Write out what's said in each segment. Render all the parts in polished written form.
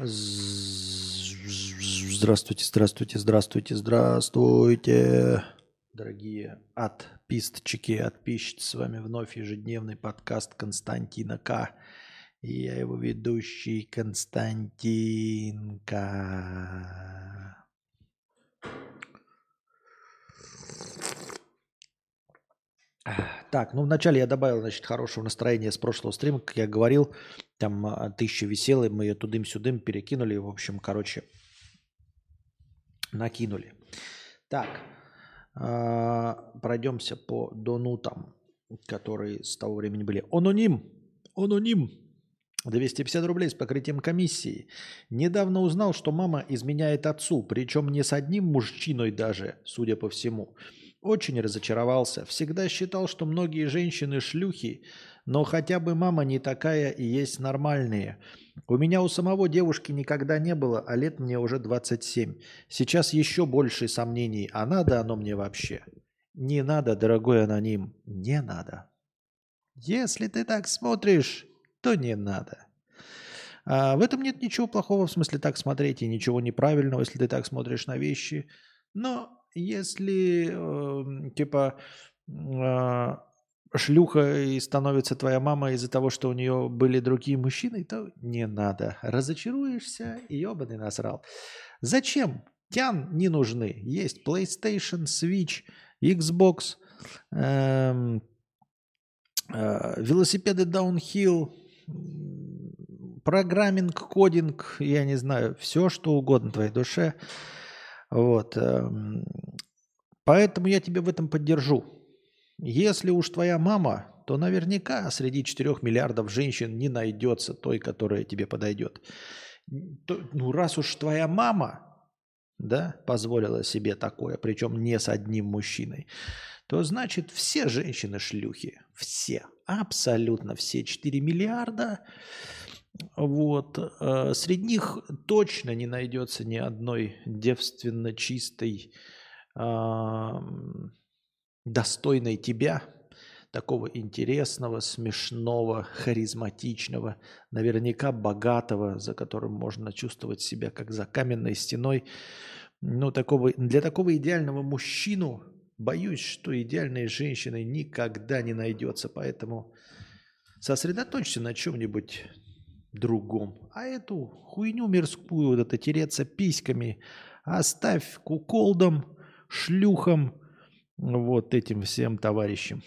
Здравствуйте, здравствуйте, здравствуйте, здравствуйте, дорогие подписчики, подписчицы. С вами вновь ежедневный подкаст Константина К. И я его ведущий Константинка. Так, ну вначале я добавил, значит, хорошего настроения с прошлого стрима, как я говорил, там 1000 веселой, мы ее тудым-сюдым перекинули, в общем, короче, накинули. Так, пройдемся по донутам, которые с того времени были. Аноним, 250 рублей с покрытием комиссии. Недавно узнал, что мама изменяет отцу, причем не с одним мужчиной даже, судя по всему. Очень разочаровался. Всегда считал, что многие женщины шлюхи, но хотя бы мама не такая и есть нормальные. У меня у самого девушки никогда не было, а лет мне уже 27. Сейчас еще больше сомнений, а надо оно мне вообще? Не надо, дорогой аноним, не надо. Если ты так смотришь, то не надо. В этом нет ничего плохого, в смысле так смотреть, и ничего неправильного, если ты так смотришь на вещи. Но если, шлюха и становится твоя мама из-за того, что у нее были другие мужчины, то не надо. Разочаруешься, и ебаный насрал. Зачем? Тян не нужны. Есть PlayStation, Switch, Xbox, велосипеды Downhill, программинг, кодинг, я не знаю, все, что угодно твоей душе. Вот. Поэтому я тебя в этом поддержу. Если уж твоя мама, то наверняка среди 4 миллиардов женщин не найдется той, которая тебе подойдет. Ну, раз уж твоя мама, да, позволила себе такое, причем не с одним мужчиной, то значит все женщины шлюхи. Все. Абсолютно все 4 миллиарда. Вот. Среди них точно не найдется ни одной девственно чистой, достойной тебя, такого интересного, смешного, харизматичного, наверняка богатого, за которым можно чувствовать себя как за каменной стеной. Ну, для такого идеального мужчину, боюсь, что идеальной женщины никогда не найдется. Поэтому сосредоточься на чем-нибудь другом. А эту хуйню мирскую, вот это тереться письками, оставь куколдам, шлюхам, вот этим всем товарищам.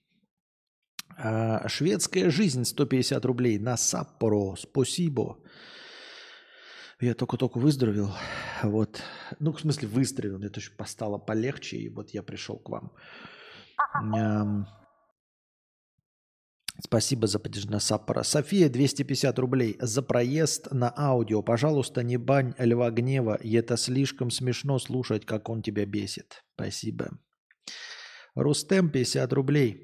Шведская жизнь 150 рублей на Саппоро. Спасибо. Я только-только выздоровел. Вот. Ну, в смысле, выздоровел. Мне тоже стало полегче, и вот я пришел к вам. Спасибо за поддержку на Саппоро. София, 250 рублей за проезд на аудио. Пожалуйста, не бань Льва Гнева. И это слишком смешно слушать, как он тебя бесит. Спасибо. Рустем, 50 рублей.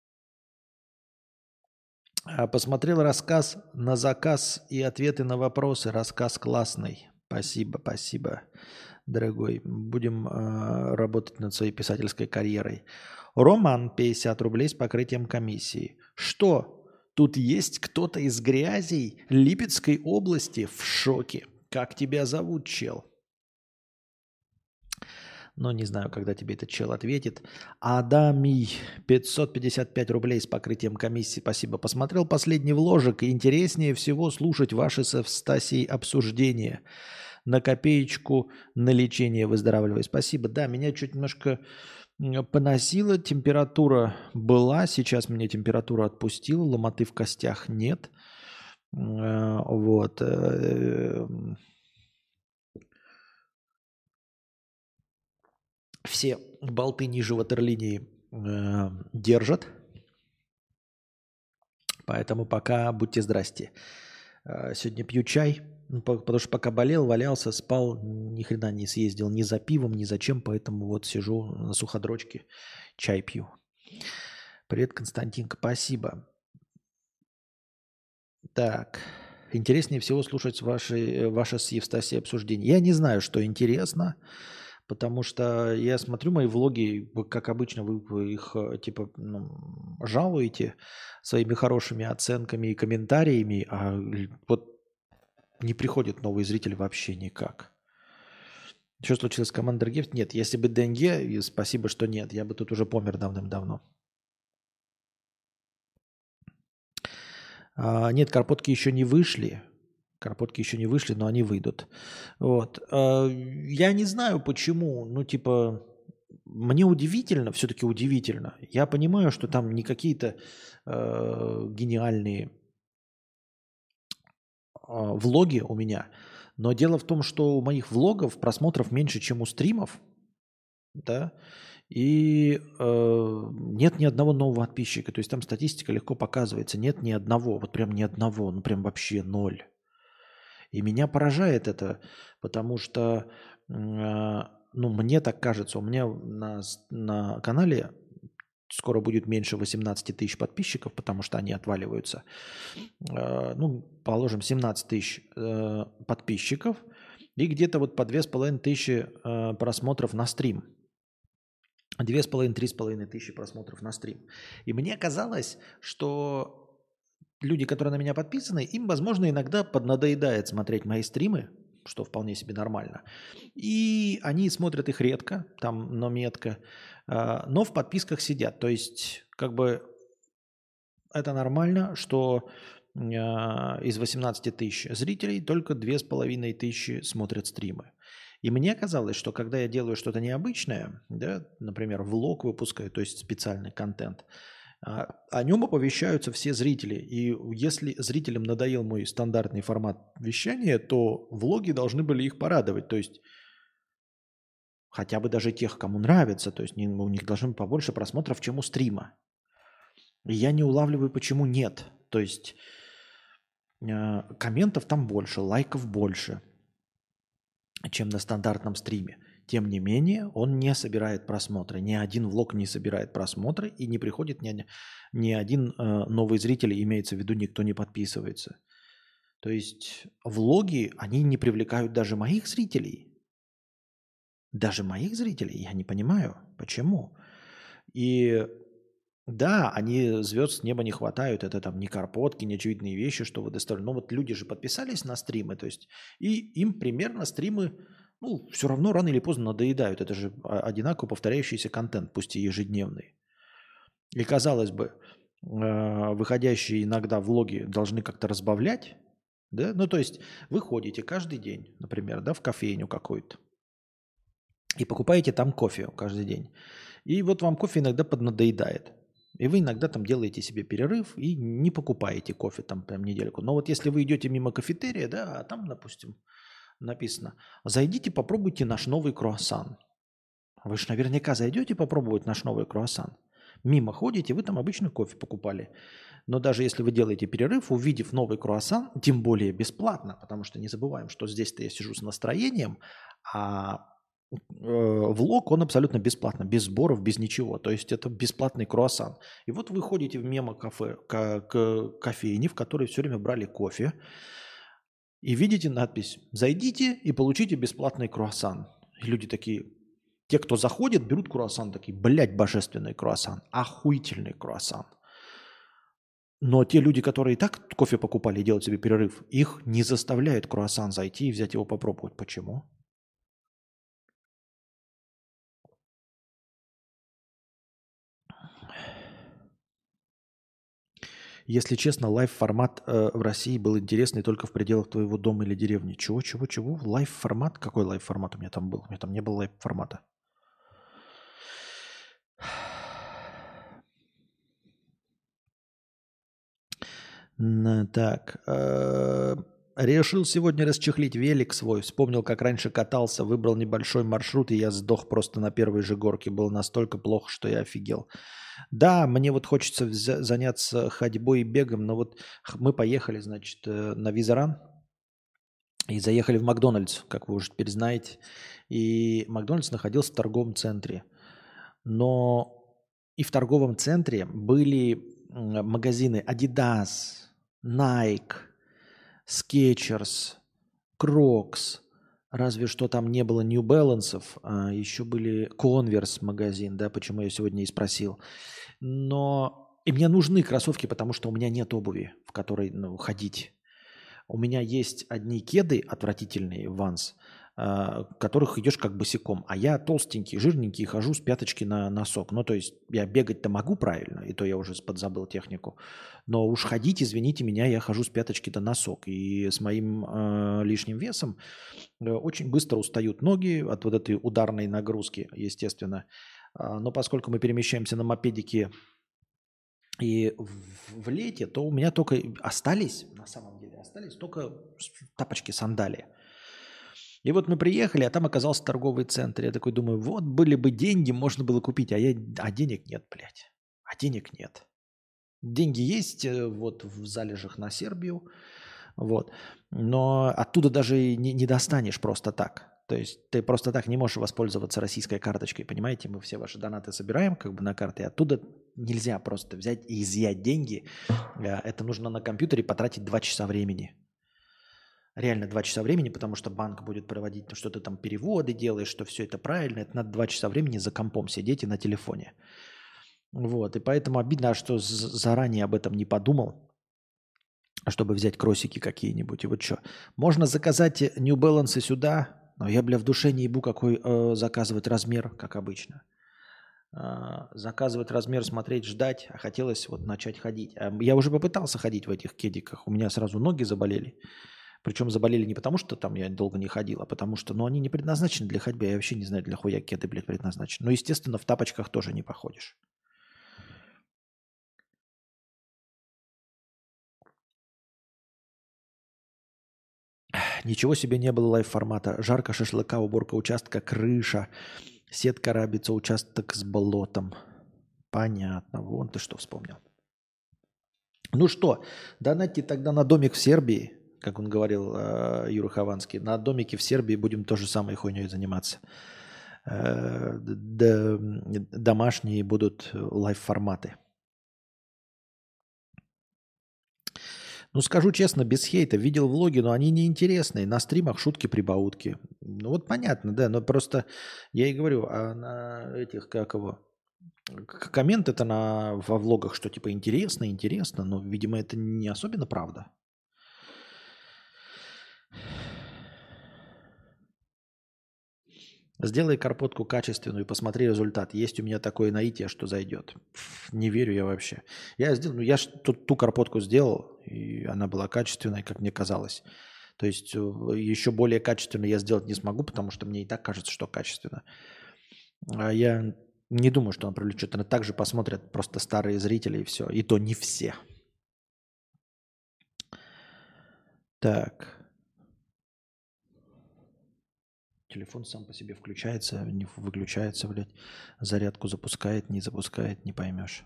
Посмотрел рассказ на заказ и ответы на вопросы. Рассказ классный. Спасибо, спасибо, дорогой. Будем работать над своей писательской карьерой. Роман, 50 рублей с покрытием комиссии. Что? Тут есть кто-то из грязей Липецкой области? В шоке. Как тебя зовут, чел? Но не знаю, когда тебе этот чел ответит. Адамий, 555 рублей с покрытием комиссии. Спасибо. Посмотрел последний вложек, и интереснее всего слушать ваши со Стасией обсуждения. На копеечку на лечение выздоравливай. Спасибо. Да, меня чуть немножко поносило. Температура была. Сейчас меня температура отпустила. Ломоты в костях нет. Вот. Все болты ниже ватерлинии держат. Поэтому пока будьте здрасте. Сегодня пью чай, потому что пока болел, валялся, спал, ни хрена не съездил ни за пивом, ни за чем. Поэтому вот сижу на суходрочке, чай пью. Привет, Константинка, спасибо. Так, интереснее всего слушать ваше с Евстасией обсуждение. Я не знаю, что интересно. Потому что я смотрю мои влоги, как обычно, вы их типа жалуете своими хорошими оценками и комментариями, а вот не приходит новый зритель вообще никак. Что случилось с Commander Gift? Нет, если бы Денге, и спасибо, что нет, я бы тут уже помер давным-давно. Нет, карпотки еще не вышли. Карпотки еще не вышли, но они выйдут. Вот. Я не знаю, почему. Ну, типа, мне удивительно, все-таки удивительно. Я понимаю, что там не какие-то гениальные влоги у меня. Но дело в том, что у моих влогов просмотров меньше, чем у стримов. Да? И нет ни одного нового подписчика. То есть там статистика легко показывается. Нет ни одного. Вот прям ни одного. Ну, прям вообще ноль. И меня поражает это, потому что, ну, мне так кажется, у меня на канале скоро будет меньше 18 тысяч подписчиков, потому что они отваливаются. Ну, положим, 17 тысяч подписчиков и где-то вот по 2500 просмотров на стрим. 2500-3,5 тысячи просмотров на стрим. И мне казалось, что люди, которые на меня подписаны, им, возможно, иногда поднадоедает смотреть мои стримы, что вполне себе нормально. И они смотрят их редко, там, но метко, но в подписках сидят. То есть, как бы, это нормально, что из 18 тысяч зрителей только 2500 смотрят стримы. И мне казалось, что когда я делаю что-то необычное, да, например, влог выпускаю, то есть специальный контент, о нем оповещаются все зрители. И если зрителям надоел мой стандартный формат вещания, то влоги должны были их порадовать. То есть хотя бы даже тех, кому нравится. То есть у них должно быть побольше просмотров, чем у стрима. И я не улавливаю, почему нет. То есть комментов там больше, лайков больше, чем на стандартном стриме. Тем не менее, он не собирает просмотры. Ни один влог не собирает просмотры, и не приходит ни один новый зритель, имеется в виду, никто не подписывается. То есть влоги, они не привлекают даже моих зрителей. Даже моих зрителей, я не понимаю, почему. И да, они звезд с неба не хватают, это там не карпотки, не очевидные вещи, что вы доставили. Но вот люди же подписались на стримы, то есть, и им примерно стримы, ну, все равно рано или поздно надоедают. Это же одинаково повторяющийся контент, пусть и ежедневный. И казалось бы, выходящие иногда влоги должны как-то разбавлять, да? Ну, то есть вы ходите каждый день, например, да, в кофейню какую-то и покупаете там кофе каждый день. И вот вам кофе иногда поднадоедает. И вы иногда там делаете себе перерыв и не покупаете кофе там прям недельку. Но вот если вы идете мимо кафетерия, да, а там, допустим, написано, зайдите, попробуйте наш новый круассан. Вы же наверняка зайдете попробовать наш новый круассан. Мимо ходите, вы там обычно кофе покупали. Но даже если вы делаете перерыв, увидев новый круассан, тем более бесплатно, потому что не забываем, что здесь-то я сижу с настроением, а влог, он абсолютно бесплатно, без сборов, без ничего. То есть это бесплатный круассан. И вот вы ходите в мемо-кафе, к кофейне, в которой все время брали кофе, и видите надпись «Зайдите и получите бесплатный круассан». И люди такие, те, кто заходит, берут круассан, такие, блядь, божественный круассан, охуительный круассан. Но те люди, которые и так кофе покупали и делают себе перерыв, их не заставляет круассан зайти и взять его попробовать. Почему? Если честно, лайв-формат в России был интересный только в пределах твоего дома или деревни. Чего? Лайв-формат? Какой лайв-формат у меня там был? У меня там не было лайв-формата. Так. Решил сегодня расчехлить велик свой. Вспомнил, как раньше катался. Выбрал небольшой маршрут, и я сдох просто на первой же горке. Было настолько плохо, что я офигел. Да, мне вот хочется заняться ходьбой и бегом, но вот мы поехали, значит, на Визаран и заехали в Макдональдс, как вы уже теперь знаете. И Макдональдс находился в торговом центре. Но и в торговом центре были магазины Adidas, Nike, Skechers, Crocs. Разве что там не было New Balance, а еще были Converse магазин, да, почему я сегодня и спросил. Но и мне нужны кроссовки, потому что у меня нет обуви, в которой ходить. У меня есть одни кеды отвратительные, Ванс, которых идешь как босиком. А я толстенький, жирненький, хожу с пяточки на носок. Ну, то есть я бегать-то могу правильно, и то я уже подзабыл технику. Но уж ходить, извините меня, я хожу с пяточки до носок. И с моим лишним весом очень быстро устают ноги от вот этой ударной нагрузки, естественно. Но поскольку мы перемещаемся на мопедике и в лете, то у меня только остались, на самом деле, остались только тапочки, сандалии. И вот мы приехали, а там оказался торговый центр. Я такой думаю, вот были бы деньги, можно было купить, а денег нет, блядь. А денег нет. Деньги есть вот в залежах на Сербию, вот, но оттуда даже и не достанешь просто так. То есть ты просто так не можешь воспользоваться российской карточкой, понимаете? Мы все ваши донаты собираем как бы на карты, оттуда нельзя просто взять и изъять деньги. Это нужно на компьютере потратить 2 часа времени. Реально 2 часа времени, потому что банк будет проводить, что ты там переводы делаешь, что все это правильно. Это надо 2 часа времени за компом сидеть и на телефоне. Вот, и поэтому обидно, что заранее об этом не подумал, чтобы взять кроссики какие-нибудь. И вот что, можно заказать New Balance сюда, но я, бля, в душе не ебу, какой заказывать размер, как обычно. Заказывать размер, смотреть, ждать, а хотелось вот начать ходить. Я уже попытался ходить в этих кедиках, у меня сразу ноги заболели. Причем заболели не потому, что там я долго не ходил, а потому что, ну, они не предназначены для ходьбы. Я вообще не знаю, для хуя кеды, блядь, предназначены. Но, естественно, в тапочках тоже не походишь. Ничего себе не было лайв-формата. Жарко, шашлыка, уборка участка, крыша, сетка рабица, участок с болотом. Понятно. Вон ты что вспомнил. Ну что, донатьте тогда на домик в Сербии, как он говорил Юра Хованский. На домике в Сербии будем тоже самой хуйней заниматься. Домашние будут лайв-форматы. Ну, скажу честно, без хейта. Видел влоги, но они неинтересные. На стримах шутки-прибаутки. Ну, вот понятно, да. Но просто я и говорю, а на этих, как его, комменты-то во влогах, что типа интересно, интересно. Но, видимо, это не особенно правда. Сделай карпотку качественную и посмотри результат. Есть у меня такое наитие, что зайдет. Не верю я вообще. Я сделал, ну я ж ту карпотку сделал, и она была качественной, как мне казалось. То есть еще более качественно я сделать не смогу, потому что мне и так кажется, что качественно. А я не думаю, что он привлечет. Она также посмотрят просто старые зрители и все. И то не все. Так. Телефон сам по себе включается, не выключается, блядь. Зарядку запускает, не запускает, не поймешь.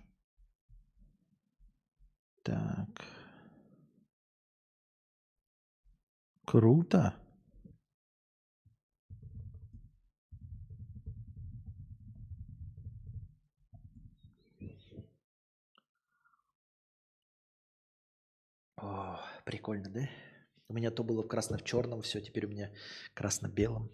Так. Круто. О, прикольно, да? У меня то было в красно-черном, все, теперь у меня красно-белом.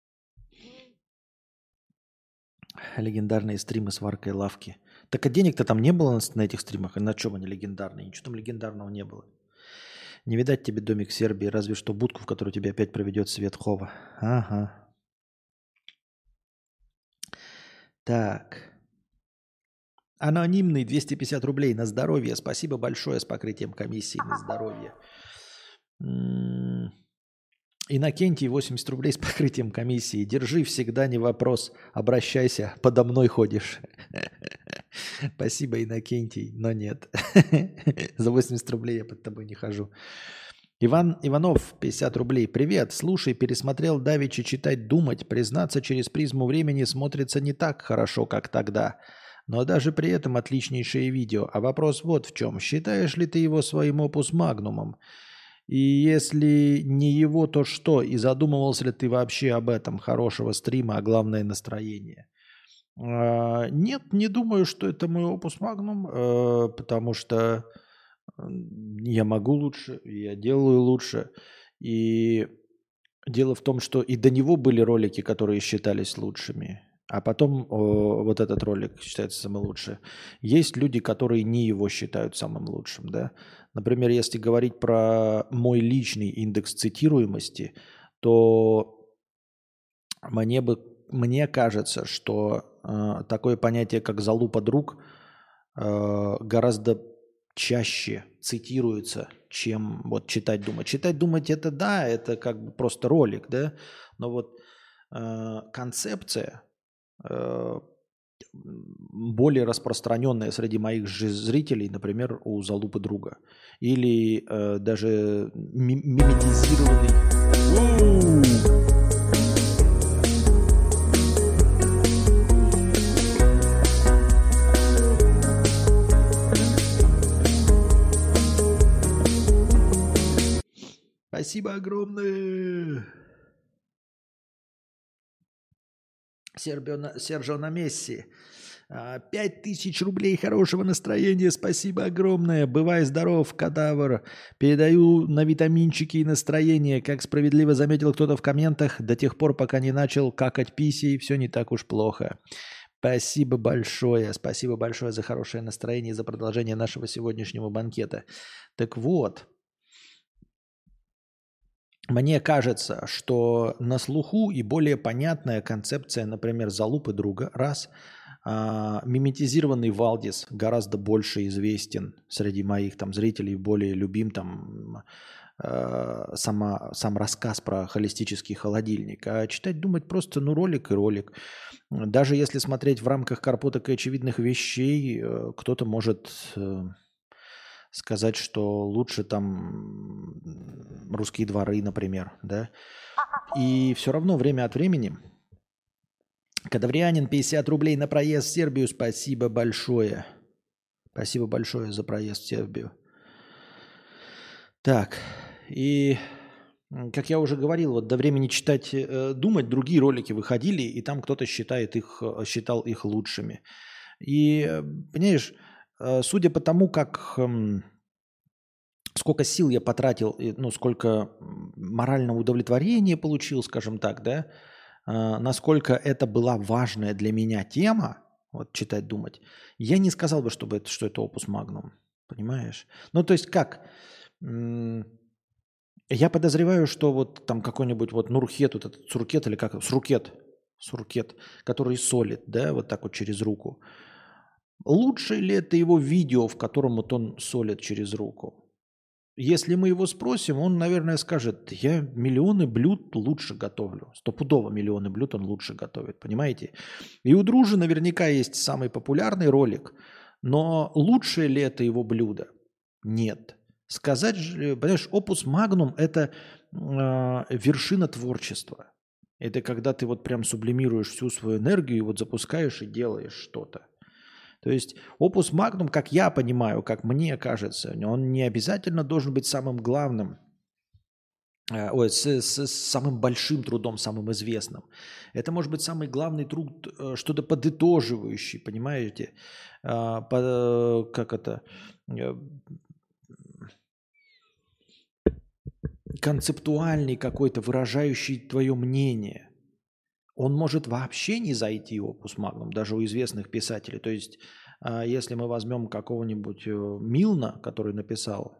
Легендарные стримы с варкой лавки. Так а денег-то там не было на этих стримах? И на чем они легендарные? Ничего там легендарного не было. Не видать тебе домик в Сербии, разве что будку, в которую тебя опять проведет Свет Хова. Ага. Так. Анонимный 250 рублей на здоровье. Спасибо большое с покрытием комиссии на здоровье. Иннокентий 80 рублей с покрытием комиссии. Держи, всегда не вопрос. Обращайся, подо мной ходишь. Спасибо, Иннокентий, но нет. За 80 рублей я под тобой не хожу. Иван Иванов, 50 рублей. Привет, слушай, пересмотрел давеча читать, думать. Признаться, через призму времени смотрится не так хорошо, как тогда. Но даже при этом отличнейшее видео. А вопрос вот в чем. Считаешь ли ты его своим опус-магнумом? И если не его, то что? И задумывался ли ты вообще об этом? Хорошего стрима, а главное настроение. Нет, не думаю, что это мой опус магнум, потому что я могу лучше, я делаю лучше. И дело в том, что и до него были ролики, которые считались лучшими. а потом вот этот ролик считается самым лучшим. Есть люди, которые не его считают самым лучшим, да. Например, если говорить про мой личный индекс цитируемости, то мне кажется, что такое понятие, как залупа друг, гораздо чаще цитируется, чем вот читать, думать. Читать, думать это да, это как бы просто ролик, да, но вот концепция более распространенная среди моих же зрителей, например, у залупы друга. Или даже миметизированный. Спасибо огромное. Серджио на Месси. 5000 рублей хорошего настроения. Спасибо огромное. Бывай здоров, кадавр. Передаю на витаминчики и настроение. Как справедливо заметил кто-то в комментах, до тех пор, пока не начал какать писей, все не так уж плохо. Спасибо большое. Спасибо большое за хорошее настроение и за продолжение нашего сегодняшнего банкета. Так вот, мне кажется, что на слуху и более понятная концепция, например, залупы друга, раз. Миметизированный Валдис гораздо больше известен среди моих там зрителей, более любим там сам рассказ про холистический холодильник. А читать, думать просто, ну, ролик и ролик. Даже если смотреть в рамках карпоток и очевидных вещей, кто-то может сказать, что лучше там русские дворы, например, да. И все равно время от времени... Кадаврианин, 50 рублей на проезд в Сербию. Спасибо большое. Спасибо большое за проезд в Сербию. Так, и как я уже говорил, вот до времени читать, думать, другие ролики выходили, и там кто-то считал их лучшими. И, понимаешь, судя по тому, сколько сил я потратил, ну, сколько морального удовлетворения получил, скажем так, да, насколько это была важная для меня тема, вот читать, думать, я не сказал бы, что это опус магнум, понимаешь? Ну, то есть как? Я подозреваю, что вот там какой-нибудь вот Нурхет, вот этот Суркет или как? Суркет, который солит, да, вот так вот через руку. Лучше ли это его видео, в котором вот он солит через руку? Если мы его спросим, он, наверное, скажет, я миллионы блюд лучше готовлю. Стопудово миллионы блюд он лучше готовит, понимаете? И у Дружи наверняка есть самый популярный ролик, но лучшее ли это его блюдо? Нет. Сказать же, понимаешь, опус магнум – это вершина творчества. Это когда ты вот прям сублимируешь всю свою энергию и вот запускаешь и делаешь что-то. То есть опус магнум, как я понимаю, как мне кажется, он не обязательно должен быть самым главным, с самым большим трудом, самым известным. Это может быть самый главный труд, что-то подытоживающий, понимаете? Как это? Концептуальный какой-то, выражающий твое мнение. Он может вообще не зайти опус магнум, даже у известных писателей. То есть, если мы возьмем какого-нибудь Милна, который написал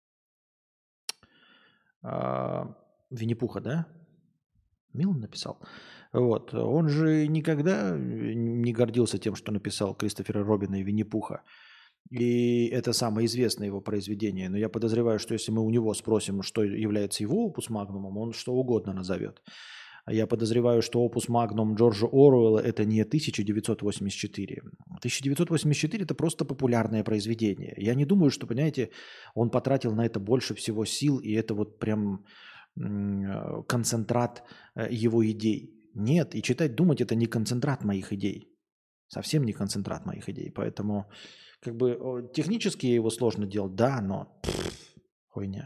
Винни-Пуха, да? Милн написал. Вот. Он же никогда не гордился тем, что написал Кристофера Робина и Винни-Пуха. И это самое известное его произведение. Но я подозреваю, что если мы у него спросим, что является его опус магнумом, он что угодно назовет. Я подозреваю, что опус магнум Джорджа Оруэлла – это не 1984. 1984 – это просто популярное произведение. Я не думаю, что, понимаете, он потратил на это больше всего сил, и это вот прям концентрат его идей. Нет, и читать, думать – это не концентрат моих идей. Совсем не концентрат моих идей. Поэтому как бы технически его сложно делать, да, но хуйня.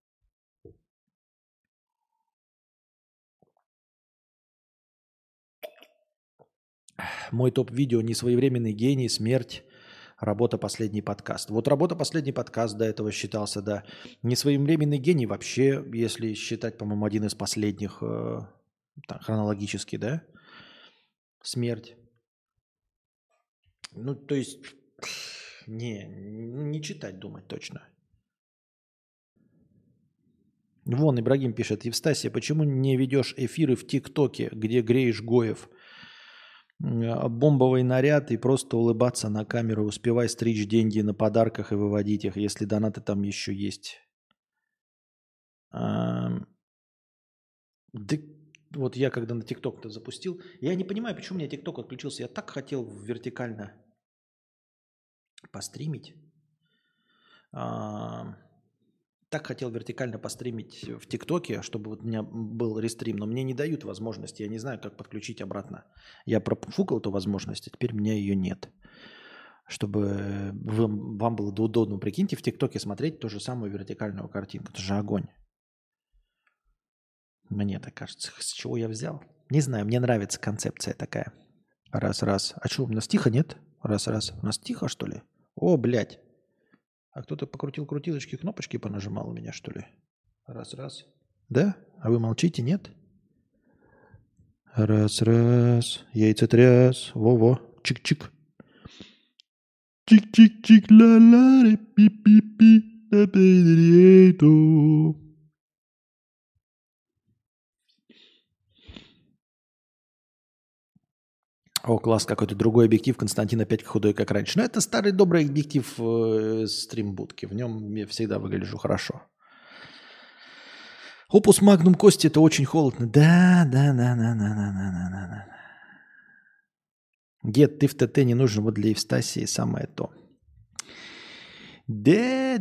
Мой топ-видео «Несвоевременный гений. Смерть. Работа последний подкаст». Вот работа последний подкаст до этого считался, да. «Несвоевременный гений» вообще, если считать, по-моему, один из последних хронологически, да. Смерть. Ну, то есть, не читать, думать точно. Вон, Ибрагим пишет: Евстасия, почему не ведешь эфиры в ТикТоке, где греешь Гоев? Бомбовый наряд и просто улыбаться на камеру. Успевай стричь деньги на подарках и выводить их, если донаты там еще есть. Да вот я когда на ТикТок-то запустил, я не понимаю, почему у меня ТикТок отключился. Я так хотел вертикально постримить. Так хотел вертикально постримить в ТикТоке, чтобы вот у меня был рестрим, но мне не дают возможности. Я не знаю, как подключить обратно. Я профукал эту возможность, а теперь у меня ее нет. Чтобы вам было удобно. Прикиньте, в ТикТоке смотреть ту же самую вертикальную картинку. Это же огонь. Мне так кажется. С чего я взял? Не знаю, мне нравится концепция такая. Раз-раз. А что, у нас тихо, нет? Раз-раз. У нас тихо, что ли? О, блядь. А кто-то покрутил крутилочки, кнопочки понажимал у меня, что ли? Раз-раз. Да? А вы молчите, нет? Раз-раз. Яйцетряс. Во-во. Чик-чик. Чик-чик-чик. Ла-ла. Пи-пи-пи. О, класс, какой-то другой объектив. Константин опять худой, как раньше. Но это старый добрый объектив стримбудки. В нем я всегда выгляжу хорошо. Опус Магнум Кости, это очень холодно. Да. Дед, ты в ТТ не нужен, вот для Евстасии самое то. Да.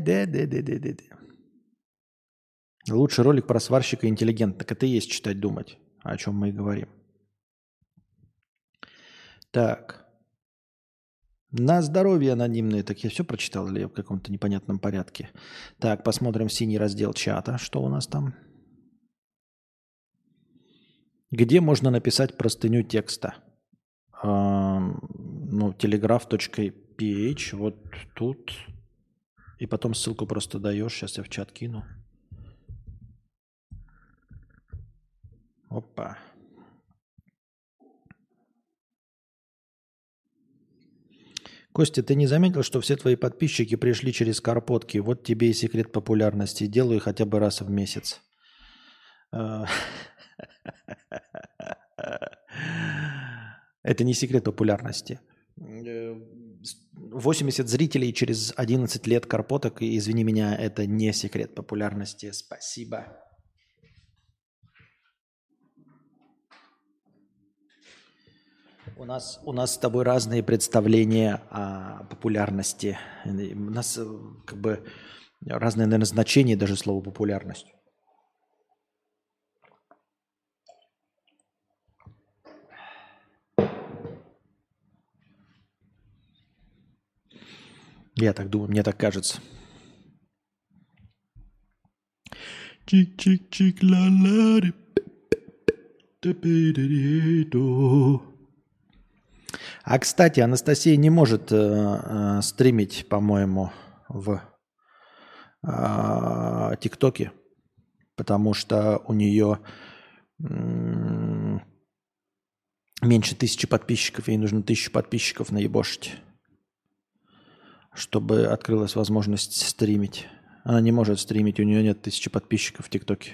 Лучший ролик про сварщика интеллигент. Так это и есть читать, думать, о чем мы и говорим. Так. На здоровье анонимные. Так я все прочитал или я в каком-то непонятном порядке? Так, посмотрим синий раздел чата. Что у нас там? Где можно написать простыню текста? Telegraph.ph. Вот тут. И потом ссылку просто даешь. Сейчас я в чат кину. Опа. Костя, ты не заметил, что все твои подписчики пришли через карпотки? Вот тебе и секрет популярности. Делаю хотя бы раз в месяц. Это не секрет популярности. 80 зрителей через 11 лет карпоток, и, извини меня, это не секрет популярности. Спасибо. У нас с тобой разные представления о популярности. У нас как бы разное, наверное, значение даже слова популярность. Я так думаю, мне так кажется. Чик-чик-чик, ла-ла. А, кстати, Анастасия не может стримить, по-моему, в ТикТоке, потому что у нее меньше 1000 подписчиков. Ей нужно 1000 подписчиков наебошить, чтобы открылась возможность стримить. Она не может стримить, у нее нет 1000 подписчиков в ТикТоке.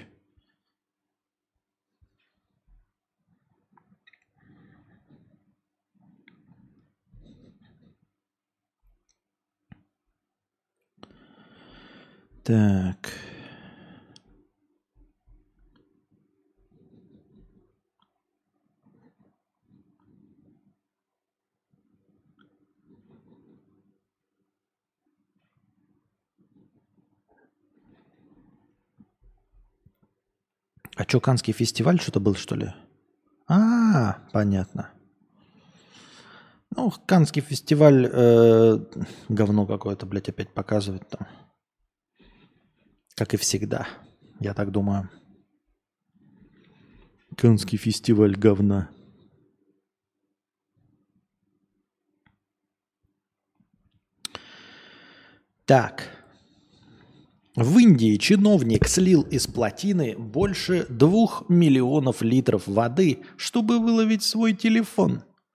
Так. А что, Каннский фестиваль что-то был, что ли? Понятно. Ну, Каннский фестиваль говно какое-то, блядь, опять показывает там. Как и всегда, я так думаю. Каннский фестиваль говна. Так. В Индии чиновник слил из плотины больше 2 миллионов литров воды, чтобы выловить свой телефон.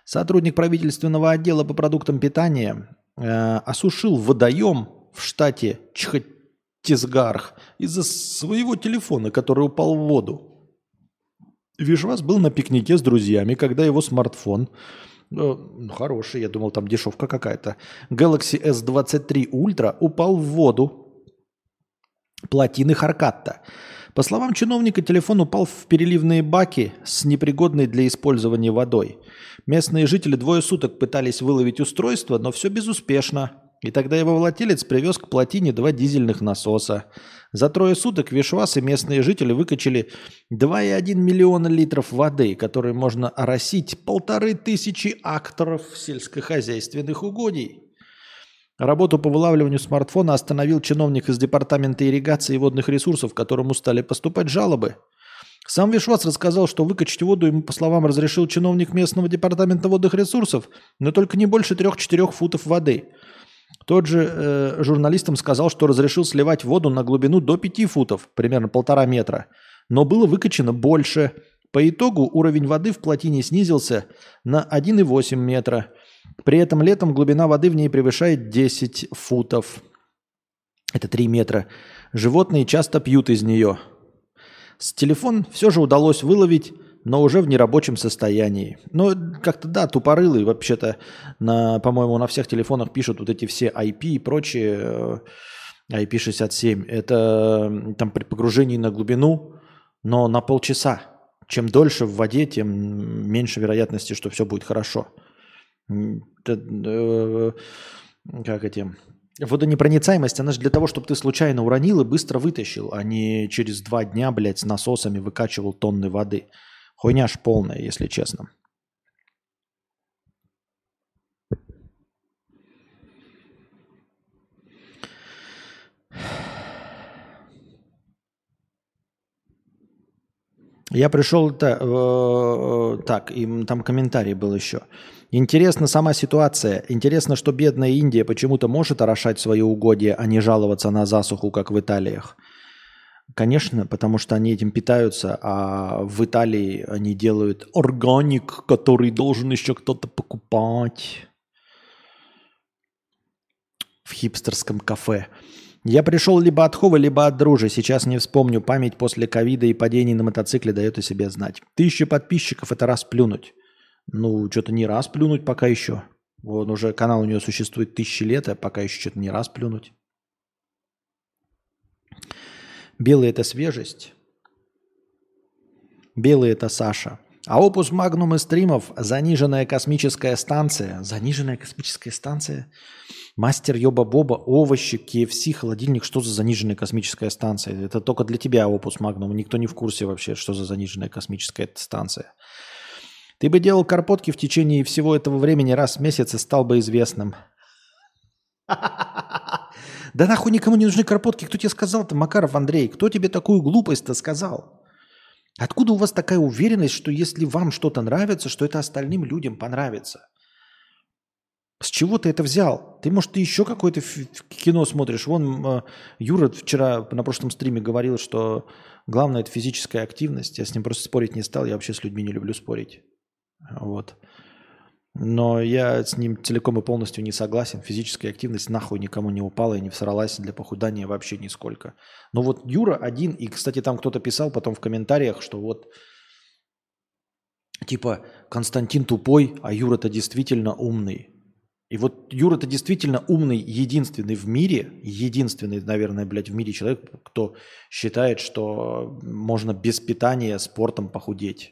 Сотрудник правительственного отдела по продуктам питания осушил водоем в штате Чхаттисгарх из-за своего телефона, который упал в воду. Вишвас был на пикнике с друзьями, когда его смартфон, хороший, я думал, там дешевка какая-то, Galaxy S23 Ultra упал в воду плотины Харкатта. По словам чиновника, телефон упал в переливные баки с непригодной для использования водой. Местные жители 2 суток пытались выловить устройство, но все безуспешно. И тогда его владелец привез к плотине 2 дизельных насоса. За 3 суток Вишвас и местные жители выкачали 2,1 миллиона литров воды, которой можно оросить 1500 акров сельскохозяйственных угодий. Работу по вылавливанию смартфона остановил чиновник из департамента ирригации и водных ресурсов, которому стали поступать жалобы. Сам Вишвас рассказал, что выкачать воду ему, по словам, разрешил чиновник местного департамента водных ресурсов, но только не больше 3-4 футов воды. Тот же журналистам сказал, что разрешил сливать воду на глубину до 5 футов, примерно 1,5 метра, но было выкачано больше. По итогу уровень воды в плотине снизился на 1,8 метра. При этом летом глубина воды в ней превышает 10 футов. Это 3 метра. Животные часто пьют из нее. С телефон все же удалось выловить, но уже в нерабочем состоянии. Но как-то, да, тупорылый. Вообще-то, по-моему, на всех телефонах пишут вот эти все IP и прочие, IP67. Это там при погружении на глубину, но на полчаса. Чем дольше в воде, тем меньше вероятности, что все будет хорошо. Водонепроницаемость, она же для того, чтобы ты случайно уронил и быстро вытащил, а не через 2 дня, блядь, с насосами выкачивал тонны воды. Хуйня ж полная, если честно. Я пришел, так, и там комментарий был еще. Интересна сама ситуация. Интересно, что бедная Индия почему-то может орошать свои угодья, а не жаловаться на засуху, как в Италиях. Конечно, потому что они этим питаются, а в Италии они делают органик, который должен еще кто-то покупать в хипстерском кафе. Я пришел либо от Хова, либо от Дружи. Сейчас не вспомню. Память после ковида и падений на мотоцикле дает о себе знать. 1000 подписчиков – это раз плюнуть. Ну, что-то не раз плюнуть пока еще. Вот уже канал у нее существует 1000 лет, а пока еще что-то не раз плюнуть. Белый – это свежесть. Белый – это Саша. А опус магнум и стримов – заниженная космическая станция. Заниженная космическая станция? Мастер Йоба-Боба, овощи, KFC, холодильник. Что за заниженная космическая станция? Это только для тебя, опус магнум. Никто не в курсе вообще, что за заниженная космическая станция. Ты бы делал карпотки в течение всего этого времени раз в месяц и стал бы известным. Да нахуй никому не нужны карпотки. Кто тебе сказал-то, Макаров Андрей? Кто тебе такую глупость-то сказал? Откуда у вас такая уверенность, что если вам что-то нравится, что это остальным людям понравится? С чего ты это взял? Ты, может, ты еще какое-то кино смотришь? Вон Юра вчера на прошлом стриме говорил, что главное – это физическая активность. Я с ним просто спорить не стал. Я вообще с людьми не люблю спорить. Вот. Но я с ним целиком и полностью не согласен. Физическая активность нахуй никому не упала и не всралась для похудания вообще нисколько. Но вот Юра один, и, кстати, там кто-то писал потом в комментариях, что вот типа Константин тупой, а Юра-то действительно умный. И вот Юра-то действительно умный, единственный в мире, единственный, наверное, блядь, в мире человек, кто считает, что можно без питания спортом похудеть.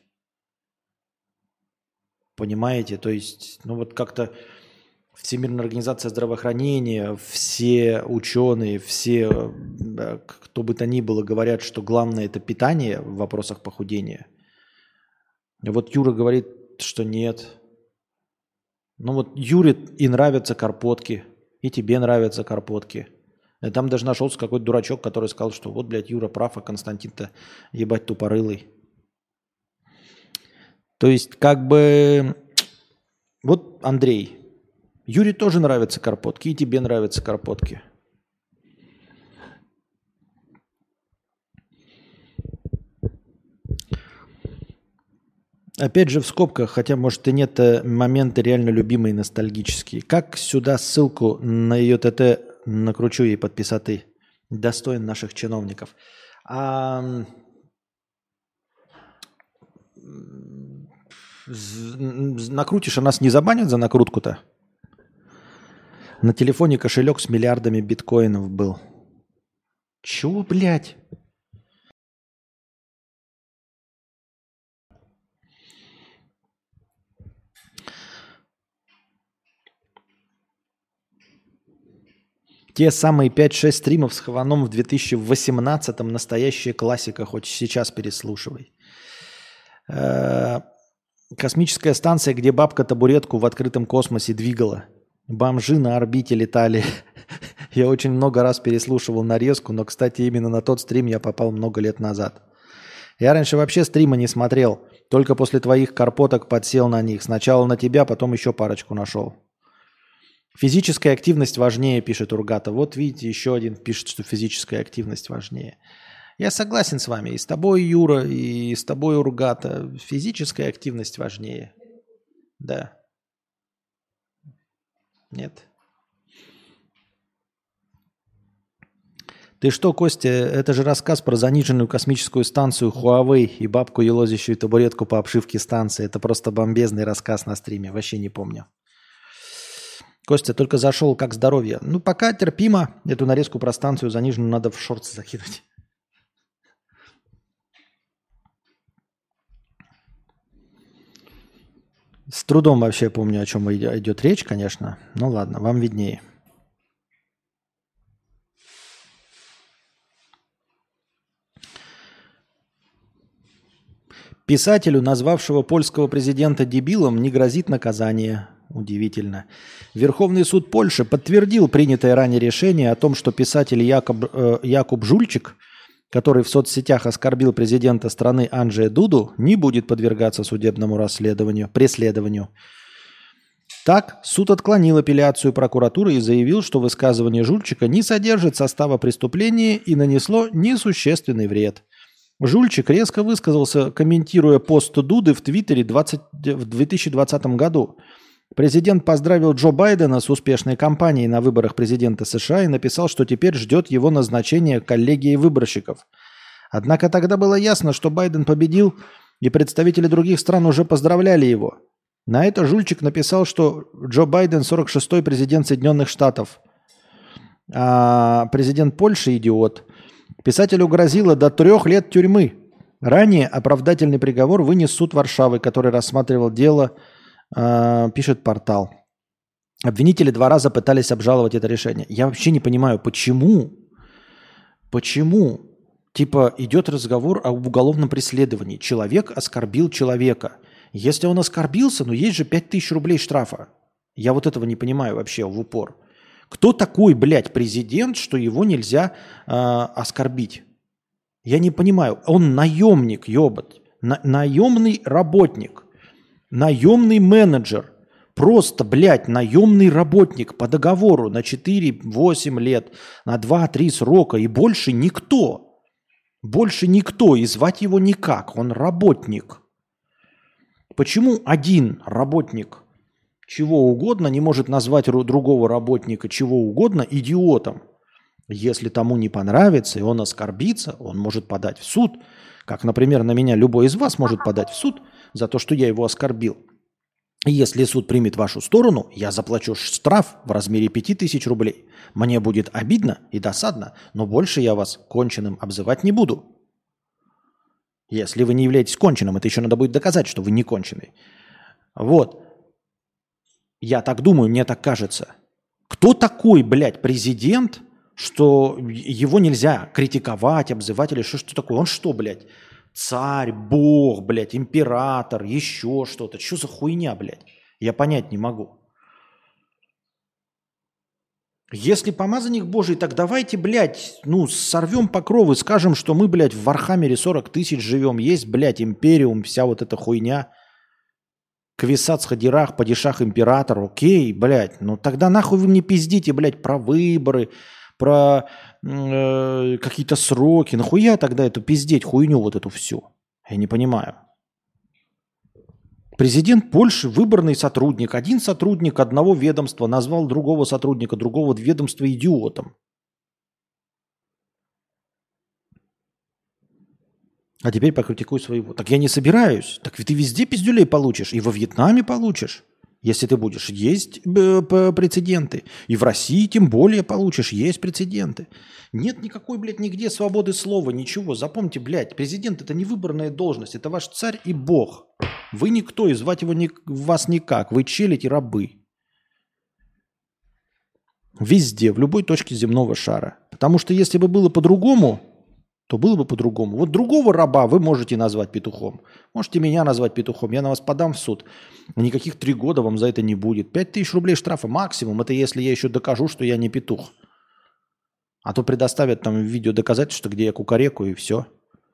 Понимаете? То есть, ну вот как-то Всемирная организация здравоохранения, все ученые, все, кто бы то ни было, говорят, что главное – это питание в вопросах похудения. Вот Юра говорит, что нет. Ну вот Юре и нравятся карпотки, и тебе нравятся карпотки. И там даже нашелся какой-то дурачок, который сказал, что вот, блядь, Юра прав, а Константин-то ебать тупорылый. То есть как бы вот Андрей, Юре тоже нравятся карпотки, и тебе нравятся карпотки. Опять же в скобках, хотя, может, и нет моменты реально любимые, ностальгические. Как сюда ссылку на ее ТТ накручу ей подписаты? Достоин наших чиновников. Накрутишь, а нас не забанят за накрутку-то? На телефоне кошелек с миллиардами биткоинов был. Чего, блядь? Те самые 5-6 стримов с Хованом в 2018-м настоящая классика, хоть сейчас переслушивай. Космическая станция, где бабка табуретку в открытом космосе двигала. Бомжи на орбите летали. Я очень много раз переслушивал нарезку, но, кстати, именно на тот стрим я попал много лет назад. Я раньше вообще стримы не смотрел. Только после твоих карпоток подсел на них. Сначала на тебя, потом еще парочку нашел. Физическая активность важнее, пишет Ургата. Вот видите, еще один пишет, что физическая активность важнее. Я согласен с вами. И с тобой, Юра, и с тобой, Ургата. Физическая активность важнее. Да. Нет. Ты что, Костя, это же рассказ про заниженную космическую станцию Huawei и бабку, елозящую табуретку по обшивке станции. Это просто бомбезный рассказ на стриме. Вообще не помню. Костя только зашел, как здоровье. Ну, пока терпимо. Эту нарезку про станцию заниженную надо в шорты закинуть. С трудом вообще помню, о чем идет речь, конечно. Ну ладно, вам виднее. Писателю, назвавшего польского президента дебилом, не грозит наказание. Удивительно. Верховный суд Польши подтвердил принятое ранее решение о том, что писатель Якуб Жульчик, который в соцсетях оскорбил президента страны Анджея Дуду, не будет подвергаться судебному преследованию. Так, суд отклонил апелляцию прокуратуры и заявил, что высказывание Жульчика не содержит состава преступления и нанесло несущественный вред. Жульчик резко высказался, комментируя пост Дуды в Твиттере в 2020 году. Президент поздравил Джо Байдена с успешной кампанией на выборах президента США и написал, что теперь ждет его назначения коллегией выборщиков. Однако тогда было ясно, что Байден победил, и представители других стран уже поздравляли его. На это Жульчик написал, что Джо Байден 46-й президент Соединенных Штатов, а президент Польши – идиот. Писателю грозило до 3 лет тюрьмы. Ранее оправдательный приговор вынес суд Варшавы, который рассматривал дело, пишет портал. Обвинители 2 раза пытались обжаловать это решение. Я вообще не понимаю, почему? Типа идет разговор об уголовном преследовании. Человек оскорбил человека. Если он оскорбился, ну есть же 5000 рублей штрафа. Я вот этого не понимаю вообще в упор. Кто такой, блядь, президент, что его нельзя оскорбить? Я не понимаю. Он наемник, ебать. Наемный работник. Наемный менеджер. Просто, блядь, наемный работник по договору на 4-8 лет, на 2-3 срока. И больше никто. Больше никто. И звать его никак. Он работник. Почему один работник чего угодно не может назвать другого работника чего угодно идиотом? Если тому не понравится и он оскорбится, он может подать в суд. Как, например, на меня любой из вас может подать в суд за то, что я его оскорбил. И если суд примет вашу сторону, я заплачу штраф в размере 5000 рублей. Мне будет обидно и досадно, но больше я вас конченым обзывать не буду. Если вы не являетесь конченым, это еще надо будет доказать, что вы не конченый. Вот. Я так думаю, мне так кажется. Кто такой, блядь, президент, что его нельзя критиковать, обзывать или что такое? Он что, блядь, царь, бог, блядь, император, еще что-то? Что за хуйня, блядь? Я понять не могу. Если помазанник Божий, так давайте, блядь, сорвем покровы, скажем, что мы, блядь, в Вархаммере 40 000 живем, есть, блядь, империум, вся вот эта хуйня. Квисац, Хадирах, Падишах, император, окей, блядь, тогда нахуй вы мне пиздите, блядь, про выборы, про какие-то сроки. Нахуя тогда эту пиздеть хуйню вот эту всю? Я не понимаю. Президент Польши– выборный сотрудник. Один сотрудник одного ведомства назвал другого сотрудника другого ведомства идиотом. А теперь покритикуй своего. Так я не собираюсь. Так ты везде пиздюлей получишь. И во Вьетнаме получишь, если ты будешь. Есть прецеденты. И в России тем более получишь. Есть прецеденты. Нет никакой, блядь, нигде свободы слова, ничего. Запомните, блядь, президент – это не выборная должность. Это ваш царь и бог. Вы никто, и звать его вас никак. Вы челядь и рабы. Везде, в любой точке земного шара. Потому что если бы было по-другому, то было бы по-другому. Вот другого раба вы можете назвать петухом. Можете меня назвать петухом. Я на вас подам в суд. Никаких 3 года вам за это не будет. 5000 рублей штрафа максимум. Это если я еще докажу, что я не петух. А то предоставят там видео доказательства, где я кукарекаю, и все.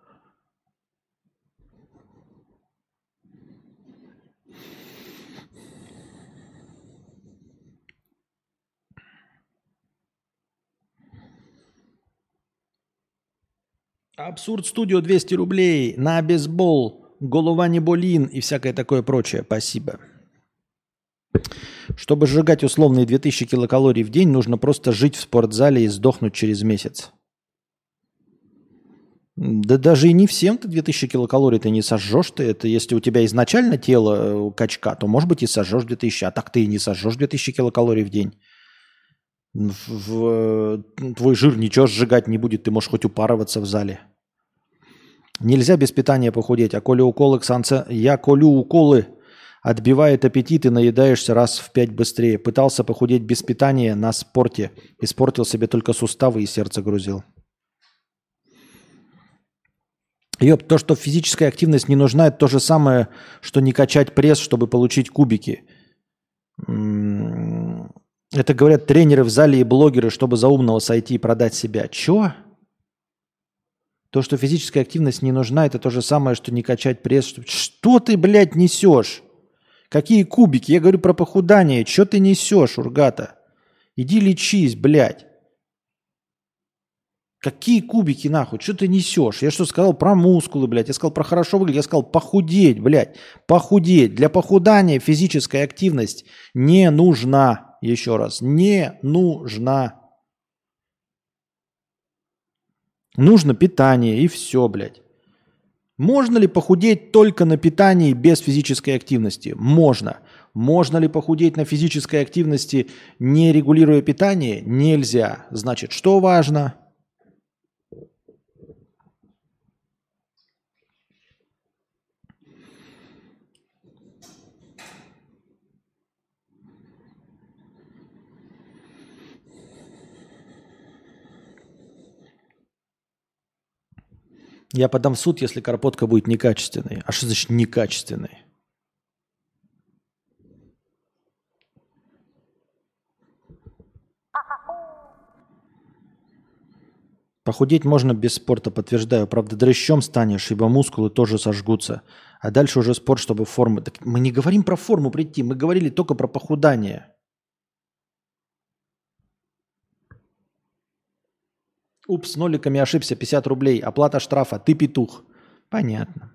Абсурд Студио 200 рублей. На бейсбол. Голова не болин и всякое такое прочее. Спасибо. Чтобы сжигать условные 2000 килокалорий в день, нужно просто жить в спортзале и сдохнуть через месяц. Да даже и не всем ты 2000 килокалорий ты не сожжешь. Ты это, если у тебя изначально тело качка, то, может быть, и сожжешь 2000. А так ты и не сожжешь 2000 килокалорий в день. Твой жир ничего сжигать не будет. Ты можешь хоть упарываться в зале. Нельзя без питания похудеть. А коли уколы, я колю уколы, отбивает аппетит и наедаешься раз в 5 быстрее. Пытался похудеть без питания на спорте. Испортил себе только суставы и сердце грузил. Ёп, то, что физическая активность не нужна, это то же самое, что не качать пресс, чтобы получить кубики. Это говорят тренеры в зале и блогеры, чтобы за умного сойти и продать себя. Чё? То, что физическая активность не нужна, это то же самое, что не качать пресс. Что ты, блядь, несешь? Какие кубики? Я говорю про похудание. Чё ты несешь, ургата? Иди лечись, блядь. Какие кубики, нахуй? Что ты несешь? Я что, сказал про мускулы, блядь? Я сказал про хорошо выглядеть. Я сказал похудеть, блядь. Похудеть. Для похудания физическая активность не нужна. Еще раз. Не нужна. Нужно питание и все, блядь. Можно ли похудеть только на питании без физической активности? Можно. Можно ли похудеть на физической активности, не регулируя питание? Нельзя. Значит, что важно? Я подам в суд, если карпотка будет некачественной. А что значит некачественной? Похудеть можно без спорта, подтверждаю. Правда, дрыщом станешь, ибо мускулы тоже сожгутся. А дальше уже спорт, чтобы формы... Так мы не говорим про форму прийти, мы говорили только про похудание. Упс, с ноликами ошибся, 50 рублей. Оплата штрафа, ты петух. Понятно.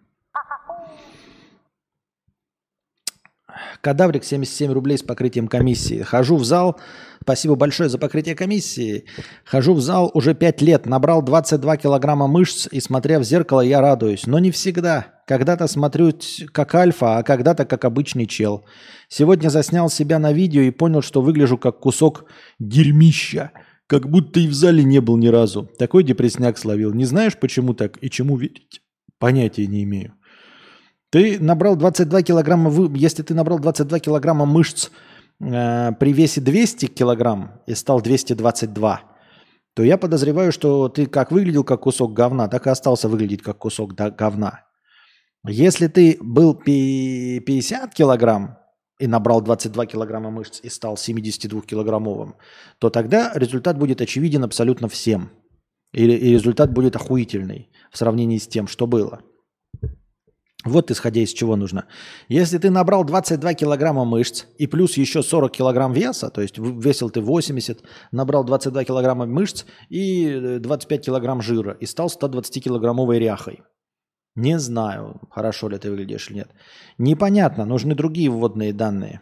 Кадаврик, 77 рублей с покрытием комиссии. Хожу в зал. Спасибо большое за покрытие комиссии. Хожу в зал уже 5 лет. Набрал 22 килограмма мышц. И смотря в зеркало, я радуюсь. Но не всегда. Когда-то смотрю как альфа, а когда-то как обычный чел. Сегодня заснял себя на видео и понял, что выгляжу как кусок дерьмища. Как будто и в зале не был ни разу. Такой депрессняк словил. Не знаешь, почему так и чему верить? Понятия не имею. Ты набрал 22 килограмма, если ты набрал 22 килограмма мышц при весе 200 килограмм и стал 222, то я подозреваю, что ты как выглядел как кусок говна, так и остался выглядеть как кусок говна. Если ты был 50 килограмм и набрал 22 килограмма мышц и стал 72-килограммовым, то тогда результат будет очевиден абсолютно всем. И результат будет охуительный в сравнении с тем, что было. Вот исходя из чего нужно. Если ты набрал 22 килограмма мышц и плюс еще 40 килограмм веса, то есть весил ты 80, набрал 22 килограмма мышц и 25 килограмм жира и стал 120-килограммовой ряхой. Не знаю, хорошо ли ты выглядишь или нет. Непонятно, нужны другие вводные данные.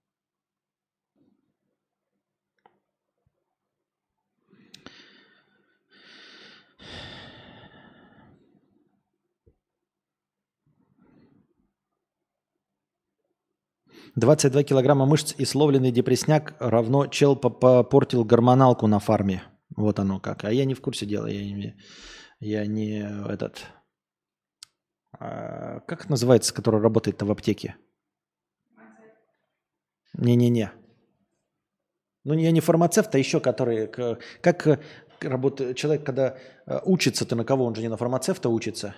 «22 килограмма мышц и словленный депресняк равно чел попортил гормоналку на фарме». Вот оно как. А я не в курсе дела. Я не этот... как это называется, который работает в аптеке? Не-не-не. Ну, я не фармацевт, а еще который... Как работает человек, когда учится-то на кого? Он же не на фармацевта учится.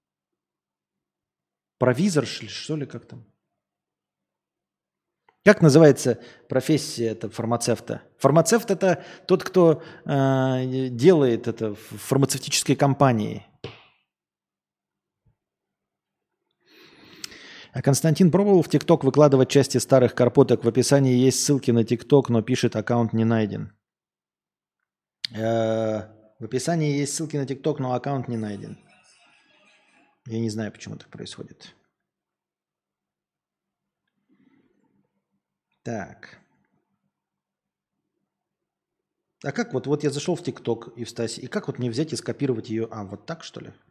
Провизор, что ли, как там? Как называется профессия это фармацевта? Фармацевт – это тот, кто делает это в фармацевтической компании. А Константин пробовал в ТикТок выкладывать части старых карпоток. В описании есть ссылки на ТикТок, но пишет, аккаунт не найден. В описании есть ссылки на ТикТок, но аккаунт не найден. Я не знаю, почему так происходит. Так. А как вот я зашел в ТикТок и в Стаси, и как вот мне взять и скопировать ее? А, вот так, что ли?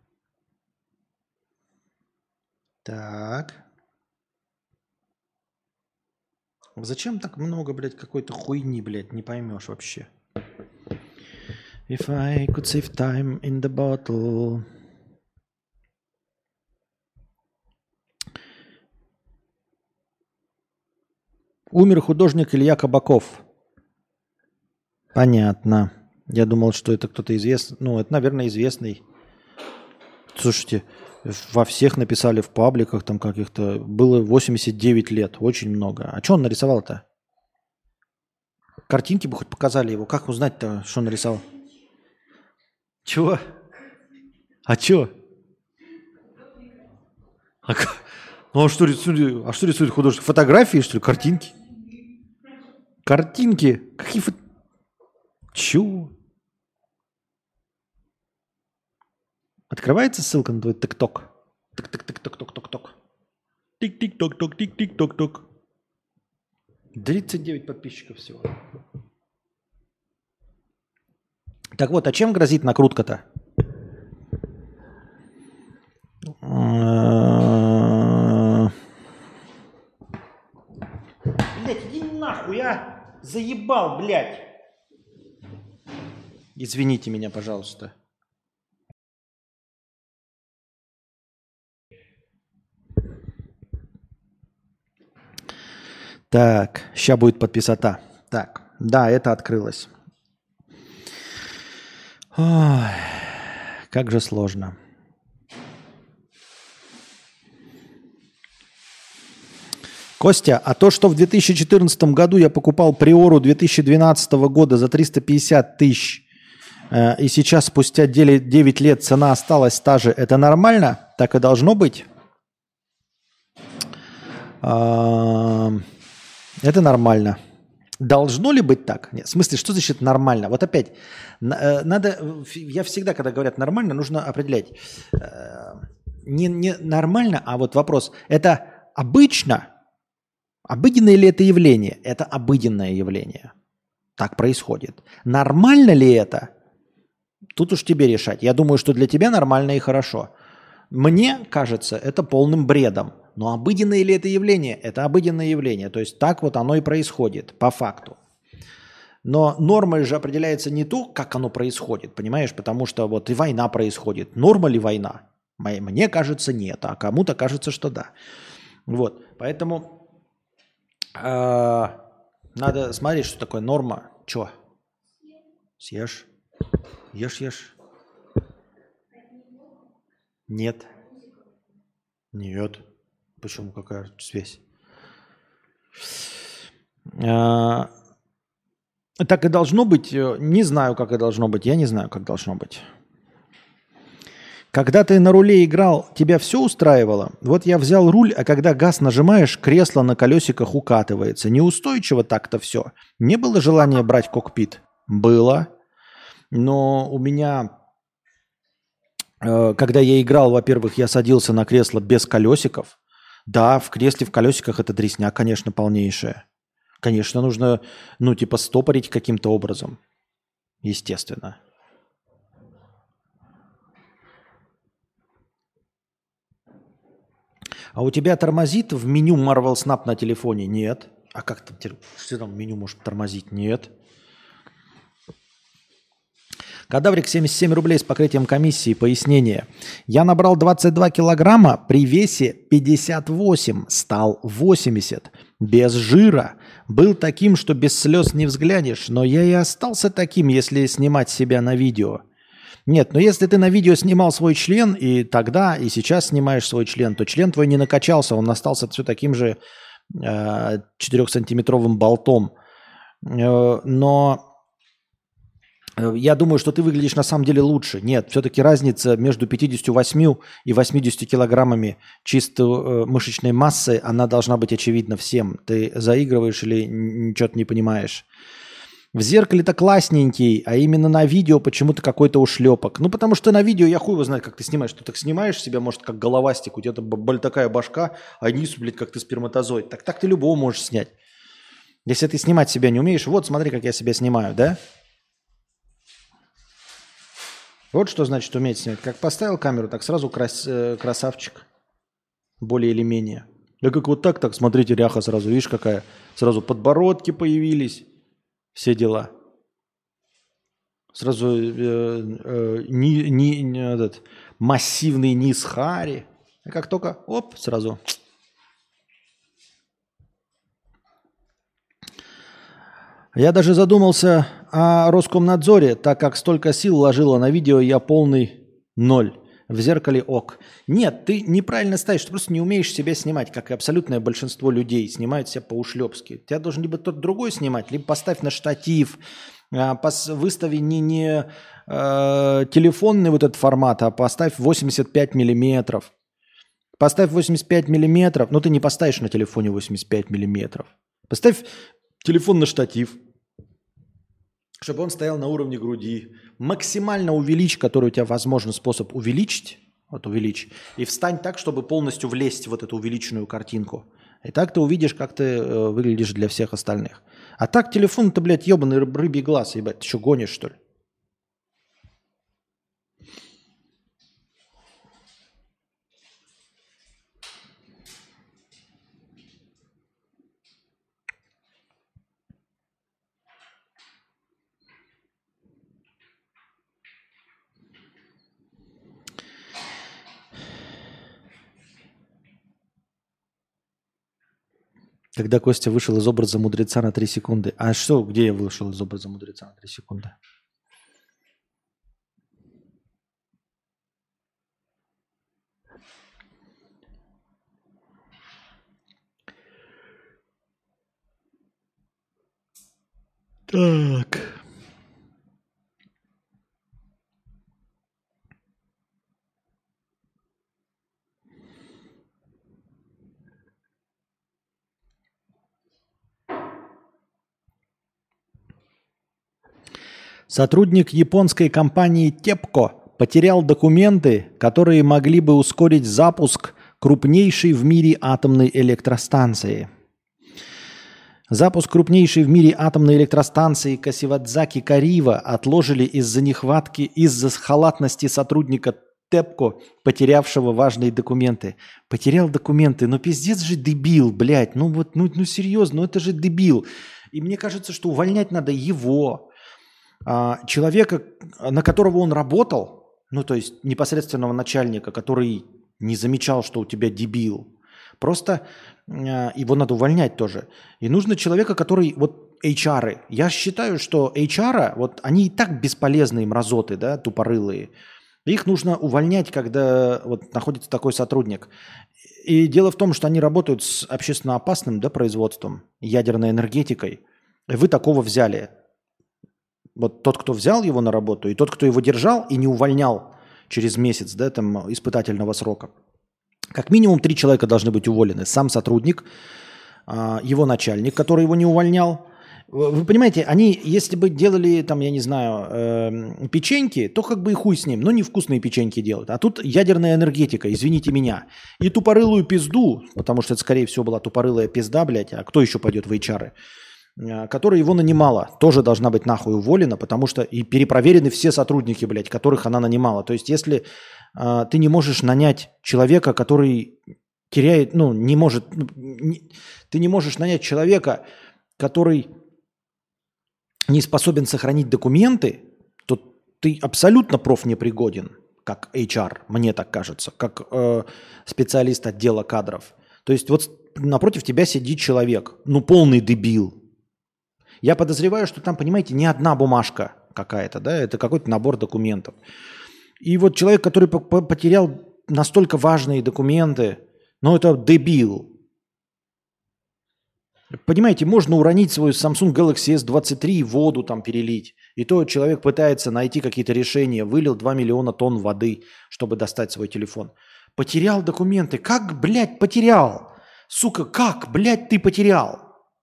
Так. Зачем так много, блядь, какой-то хуйни, блядь, не поймешь вообще. If I could save time in the bottle. Умер художник Илья Кабаков. Понятно. Я думал, что это кто-то известный. Ну, это, наверное, известный. Слушайте, во всех написали в пабликах там каких-то. Было 89 лет. Очень много. А что он нарисовал-то? Картинки бы хоть показали его. Как узнать-то, что он нарисовал? Чего? А чё? Ну, а что рисует художник? Фотографии, что ли? Картинки? Картинки? Какие Чего? Открывается ссылка на твой ТикТок? Тик-тик-тик-ток-ток-ток-ток. Тик-тик-ток-ток, тик-тик-ток-ток. 39 подписчиков всего. Так вот, а чем грозит накрутка-то? Блять, иди нахуй, а! Заебал, блядь! Извините меня, пожалуйста. Так, сейчас будет подписота. Так, да, это открылось. Ой, как же сложно. Костя, а то, что в 2014 году я покупал Приору 2012 года за 350 тысяч, и сейчас спустя 9 лет цена осталась та же, это нормально? Так и должно быть? Это нормально. Должно ли быть так? Нет, в смысле, что значит нормально? Вот опять, надо, я всегда, когда говорят нормально, нужно определять. Не нормально, а вот вопрос, это обычно? Обыденное ли это явление? Это обыденное явление. Так происходит. Нормально ли это? Тут уж тебе решать. Я думаю, что для тебя нормально и хорошо. Мне кажется, это полным бредом. Но обыденное ли это явление? Это обыденное явление. То есть так вот оно и происходит, по факту. Но нормой же определяется не то, как оно происходит, понимаешь? Потому что вот и война происходит. Норма ли война? Мне кажется, нет. А кому-то кажется, что да. Вот. Поэтому надо смотреть, что такое норма. Чё? Съешь? Ешь. Нет. Нет. Почему? Какая связь? Так и должно быть. Не знаю, как и должно быть. Я не знаю, как должно быть. Когда ты на руле играл, тебя все устраивало? Вот я взял руль, а когда газ нажимаешь, кресло на колесиках укатывается. Неустойчиво так-то все. Не было желания брать кокпит? Было. Но у меня Когда я играл, во-первых, я садился на кресло без колесиков. Да, в кресле в колесиках это дресня, конечно, полнейшая. Конечно, нужно, ну, типа, стопорить каким-то образом. Естественно. А у тебя тормозит в меню Marvel Snap на телефоне? Нет. А как там, что там меню может тормозить? Нет. Кадаврик 77 рублей с покрытием комиссии. Пояснение. Я набрал 22 килограмма, при весе 58 стал 80. Без жира. Был таким, что без слез не взглянешь, но я и остался таким, если снимать себя на видео. Нет, но если ты на видео снимал свой член, и тогда, и сейчас снимаешь свой член, то член твой не накачался, он остался все таким же 4-сантиметровым болтом. Но я думаю, что ты выглядишь на самом деле лучше. Нет, все-таки разница между 58 и 80 килограммами чисто мышечной массы, она должна быть очевидна всем. Ты заигрываешь или ничего-то не понимаешь. В зеркале-то классненький, а именно на видео почему-то какой-то ушлепок. Ну, потому что на видео я хуй его знает, как ты снимаешь. Ты так снимаешь себя, может, как головастик, у тебя такая башка, а низ, блядь, как ты сперматозоид. Так ты любого можешь снять. Если ты снимать себя не умеешь, вот смотри, как я себя снимаю, да? Вот что значит уметь снять. Как поставил камеру, так сразу красавчик. Более или менее. Да как вот так, смотрите, ряха сразу, видишь, какая. Сразу подбородки появились. Все дела. Сразу этот массивный низ хари. И как только, оп, сразу. Я даже задумался о Роскомнадзоре, так как столько сил вложила на видео, я полный ноль. В зеркале ок. Нет, ты неправильно ставишь, ты просто не умеешь себя снимать, как и абсолютное большинство людей снимают себя по-ушлепски. Тебя должен либо тот другой снимать, либо поставь на штатив, выстави не телефонный вот этот формат, а поставь 85 миллиметров. Поставь 85 миллиметров, но ты не поставишь на телефоне 85 миллиметров. Поставь телефон на штатив, чтобы он стоял на уровне груди. Максимально увеличь, который у тебя возможен способ увеличить, вот увеличь, и встань так, чтобы полностью влезть в эту увеличенную картинку. И так ты увидишь, как ты выглядишь для всех остальных. А так телефон-то, блядь, ебаный рыбий глаз, ебать. Ты что, гонишь, что ли? Когда Костя вышел из образа мудреца на 3 секунды. А что, где я вышел из образа мудреца на 3 секунды? Так. Сотрудник японской компании TEPCO потерял документы, которые могли бы ускорить запуск крупнейшей в мире атомной электростанции. Запуск крупнейшей в мире атомной электростанции Касивадзаки-Карива отложили из-за халатности сотрудника TEPCO, потерявшего важные документы. Потерял документы, ну пиздец же дебил, блядь, ну серьезно, ну это же дебил. И мне кажется, что увольнять надо его, человека, на которого он работал, ну то есть непосредственного начальника, который не замечал, что у тебя дебил. Просто его надо увольнять тоже. И нужно человека, который, вот HR-ы. Я считаю, что HR, вот они и так бесполезные мразоты, да, тупорылые. Их нужно увольнять, когда вот находится такой сотрудник. И дело в том, что они работают с общественно опасным, да, производством, ядерной энергетикой. И вы такого взяли. Вот тот, кто взял его на работу, и тот, кто его держал и не увольнял через месяц, да, там, испытательного срока. Как минимум 3 человека должны быть уволены. Сам сотрудник, его начальник, который его не увольнял, Вы понимаете, они, если бы делали, там, я не знаю, печеньки, то как бы и хуй с ним, но невкусные печеньки делают. А тут ядерная энергетика, извините меня. И тупорылую пизду, потому что это, скорее всего, была тупорылая пизда, блядь, а кто еще пойдет в HR, которая его нанимала, тоже должна быть нахуй уволена, потому что и перепроверены все сотрудники, блядь, которых она нанимала. То есть если ты не можешь нанять человека, который теряет, ну, не может, ты не можешь нанять человека, который не способен сохранить документы, то ты абсолютно профнепригоден, как HR, мне так кажется, как специалист отдела кадров. То есть вот напротив тебя сидит человек, ну полный дебил. Я подозреваю, что там, понимаете, не одна бумажка какая-то, да, это какой-то набор документов. И вот человек, который потерял настолько важные документы, ну это дебил. Понимаете, можно уронить свой Samsung Galaxy S23 и воду там перелить. И то человек пытается найти какие-то решения. Вылил 2 миллиона тонн воды, чтобы достать свой телефон. Потерял документы. Как, блядь, потерял? Сука, как, блядь, ты потерял?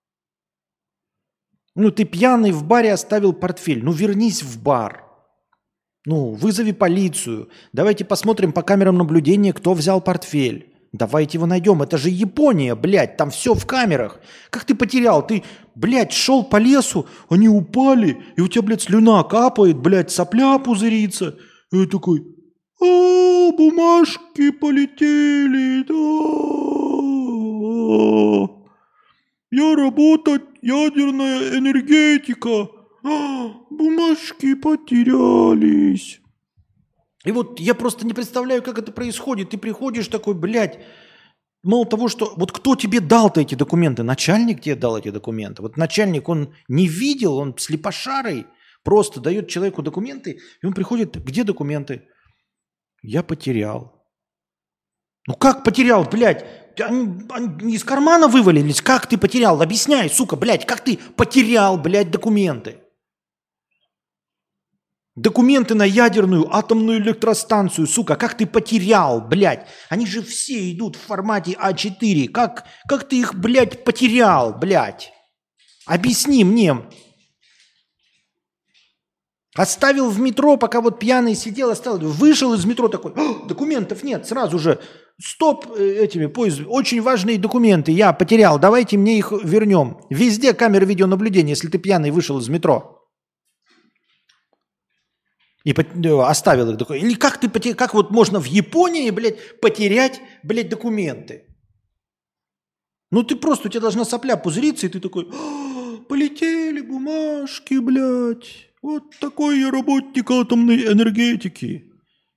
Ну, ты пьяный в баре оставил портфель. Ну, вернись в бар. Ну, вызови полицию. Давайте посмотрим по камерам наблюдения, кто взял портфель. Давайте его найдем. Это же Япония, блядь. Там все в камерах. Как ты потерял? Ты, блядь, шел по лесу, они упали, и у тебя, блядь, слюна капает, блядь, сопля пузырится. И я такой, бумажки полетели, да. Я работать, ядерная энергетика. Бумажки потерялись. И вот я просто не представляю, как это происходит. Ты приходишь такой, блядь, мало того, что... Вот кто тебе дал-то эти документы? Начальник тебе дал эти документы. Вот начальник, он не видел, он слепошарый, просто дает человеку документы, и он приходит, где документы? Я потерял. Ну как потерял, блядь? Они из кармана вывалились? Как ты потерял? Объясняй, сука, блядь, как ты потерял, блядь, документы? Документы на ядерную атомную электростанцию, сука, как ты потерял, блядь? Они же все идут в формате А4. Как ты их, блядь, потерял, блядь? Объясни мне. Оставил в метро, пока вот пьяный сидел, вышел из метро такой, документов нет, сразу же, стоп, поезд, очень важные документы, я потерял, давайте мне их вернем. Везде камеры видеонаблюдения, если ты пьяный вышел из метро. И оставил их такой. Или как ты потерял, как вот можно в Японии, блядь, потерять, блядь, документы? Ну ты просто, у тебя должна сопля пузыриться, и ты такой, полетели бумажки, блядь. Вот такой я работник атомной энергетики.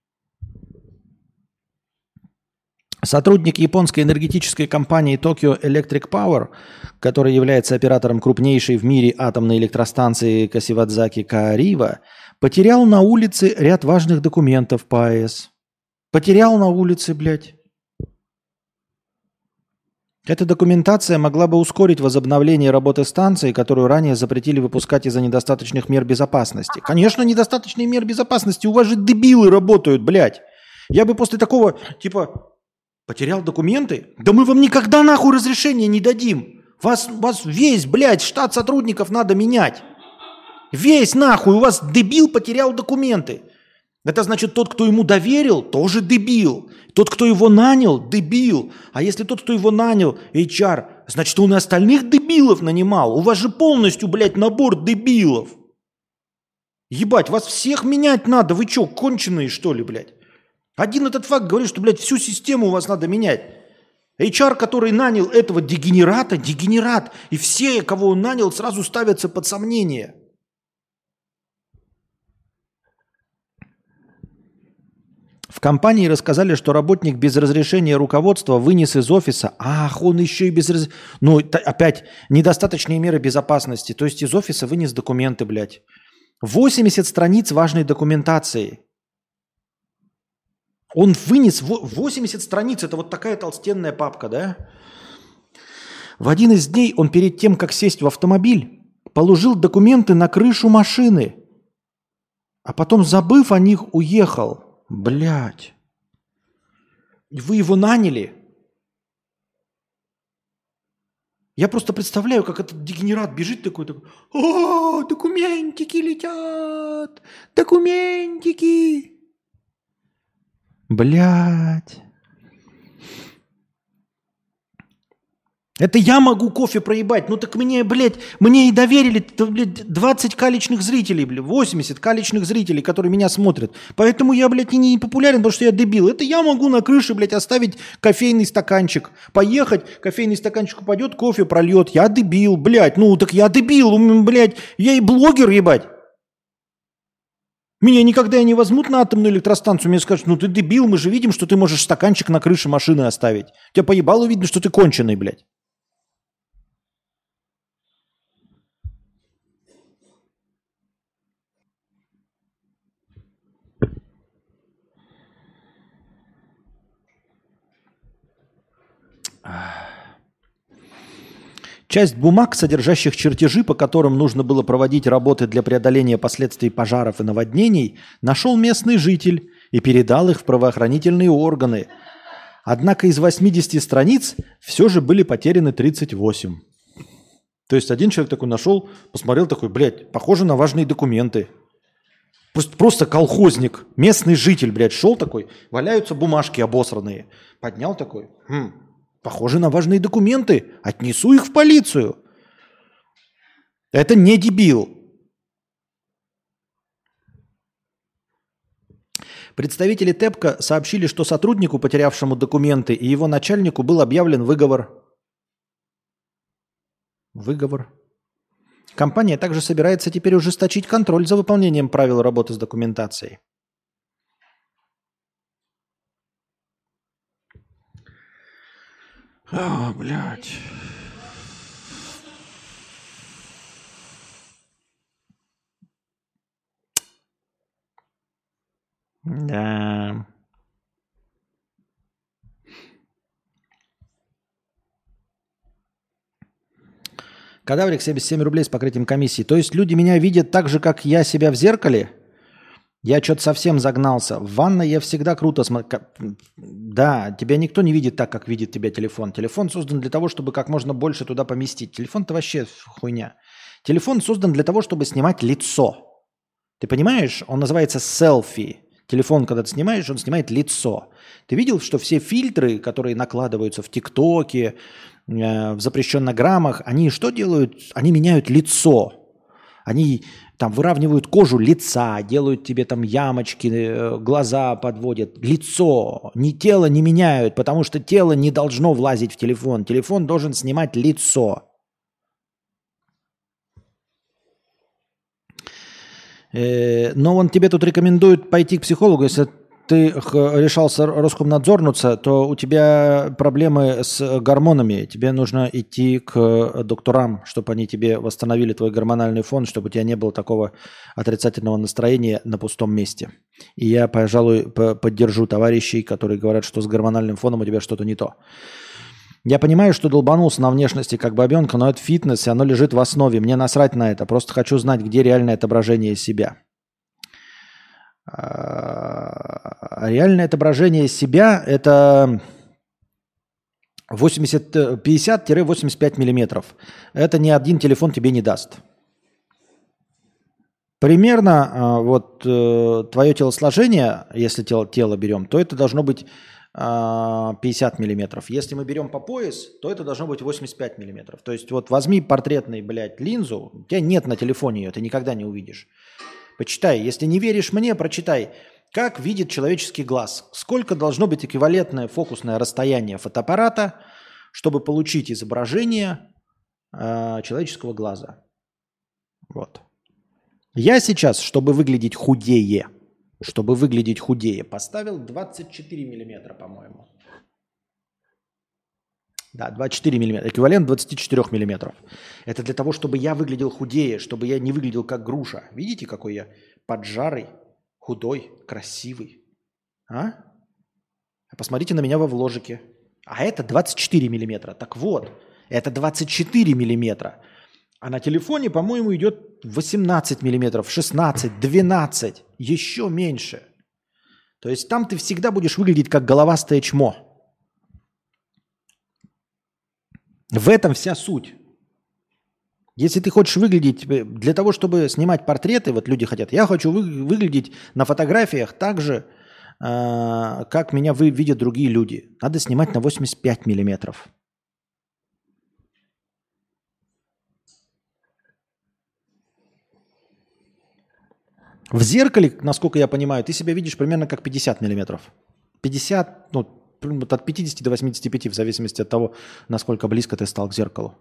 Сотрудник японской энергетической компании Tokyo Electric Power, который является оператором крупнейшей в мире атомной электростанции Касивадзаки Каарива, потерял на улице ряд важных документов по АЭС. Потерял на улице, блядь. Эта документация могла бы ускорить возобновление работы станции, которую ранее запретили выпускать из-за недостаточных мер безопасности. Конечно, недостаточные меры безопасности. У вас же дебилы работают, блядь. Я бы после такого, типа, потерял документы? Да мы вам никогда нахуй разрешения не дадим. Вас весь, блядь, штат сотрудников надо менять. Весь нахуй, у вас дебил потерял документы. Это значит, тот, кто ему доверил, тоже дебил. Тот, кто его нанял, дебил. А если тот, кто его нанял, HR, значит, он и остальных дебилов нанимал. У вас же полностью, блядь, набор дебилов. Ебать, вас всех менять надо. Вы что, конченые, что ли, блядь? Один этот факт говорит, что, блядь, всю систему у вас надо менять. HR, который нанял этого дегенерата, дегенерат. И все, кого он нанял, сразу ставятся под сомнение. В компании рассказали, что работник без разрешения руководства вынес из офиса. Ах, он еще и без разрешения. Ну, опять, недостаточные меры безопасности. То есть из офиса вынес документы, блядь. 80 страниц важной документации. Он вынес 80 страниц. Это вот такая толстенная папка, да? В один из дней он перед тем, как сесть в автомобиль, положил документы на крышу машины. А потом, забыв о них, уехал. Блядь. Вы его наняли? Я просто представляю, как этот дегенерат бежит такой, о, документики летят, документики. Блядь. Это я могу кофе проебать. Ну так мне, блядь, мне и доверили, блядь, 20 калечных зрителей, блядь, 80 калечных зрителей, которые меня смотрят. Поэтому я, блядь, и не популярен, потому что я дебил. Это я могу на крыше, блядь, оставить кофейный стаканчик. Поехать, кофейный стаканчик упадет, кофе прольет. Я дебил, блядь. Ну так я дебил, блядь. Я и блогер, ебать. Меня никогда не возьмут на атомную электростанцию, мне скажут, ну ты дебил, мы же видим, что ты можешь стаканчик на крыше машины оставить. Тебя поебало видно, что ты конченый, блядь. Часть бумаг, содержащих чертежи, по которым нужно было проводить работы для преодоления последствий пожаров и наводнений, нашел местный житель и передал их в правоохранительные органы. Однако из 80 страниц все же были потеряны 38. То есть один человек такой нашел, посмотрел такой, блядь, похоже на важные документы. Просто колхозник, местный житель, блядь, шел такой, валяются бумажки обосранные. Поднял такой, похоже на важные документы, отнесу их в полицию. Это не дебил. Представители ТЭПКО сообщили, что сотруднику, потерявшему документы, и его начальнику был объявлен выговор. Выговор. Компания также собирается теперь ужесточить контроль за выполнением правил работы с документацией. А, блядь. Да. Кадаврик 77 рублей с покрытием комиссии. То есть люди меня видят так же, как я себя в зеркале? Я что-то совсем загнался. В ванной я всегда круто смотрю. Да, тебя никто не видит так, как видит тебя телефон. Телефон создан для того, чтобы как можно больше туда поместить. Телефон-то вообще хуйня. Телефон создан для того, чтобы снимать лицо. Ты понимаешь? Он называется селфи. Телефон, когда ты снимаешь, он снимает лицо. Ты видел, что все фильтры, которые накладываются в ТикТоке, в запрещеннограммах, они что делают? Они меняют лицо. Они там выравнивают кожу лица, делают тебе там ямочки, глаза подводят. Лицо, тело не меняют, потому что тело не должно влазить в телефон. Телефон должен снимать лицо. Но он тебе тут рекомендует пойти к психологу. Если ты решался Роскомнадзорнуться, то у тебя проблемы с гормонами. Тебе нужно идти к докторам, чтобы они тебе восстановили твой гормональный фон, чтобы у тебя не было такого отрицательного настроения на пустом месте. И я, пожалуй, поддержу товарищей, которые говорят, что с гормональным фоном у тебя что-то не то. Я понимаю, что долбанулся на внешности как бабенка, но это фитнес, и оно лежит в основе. Мне насрать на это. Просто хочу знать, где реальное отображение себя. Реальное отображение себя – это 50-85 миллиметров. Это ни один телефон тебе не даст. Примерно вот твое телосложение, если тело берем, то это должно быть 50 миллиметров. Если мы берем по пояс, то это должно быть 85 миллиметров. То есть вот возьми портретный, блядь, линзу, у тебя нет на телефоне ее, ты никогда не увидишь. Почитай, если не веришь мне, прочитай, как видит человеческий глаз. Сколько должно быть эквивалентное фокусное расстояние фотоаппарата, чтобы получить изображение человеческого глаза. Вот. Я сейчас, чтобы выглядеть худее, поставил 24 миллиметра, по-моему. Да, 24 миллиметра. Эквивалент 24 миллиметров. Это для того, чтобы я выглядел худее, чтобы я не выглядел как груша. Видите, какой я поджарый, худой, красивый? А посмотрите на меня во вложике. А это 24 миллиметра. Так вот, это 24 миллиметра. А на телефоне, по-моему, идет 18 миллиметров, 16, 12, еще меньше. То есть там ты всегда будешь выглядеть как головастое чмо. В этом вся суть. Если ты хочешь выглядеть, для того, чтобы снимать портреты, вот люди хотят, я хочу выглядеть на фотографиях так же, как меня видят другие люди. Надо снимать на 85 миллиметров. В зеркале, насколько я понимаю, ты себя видишь примерно как 50 миллиметров. 50, ну, от 50 до 85, в зависимости от того, насколько близко ты стал к зеркалу.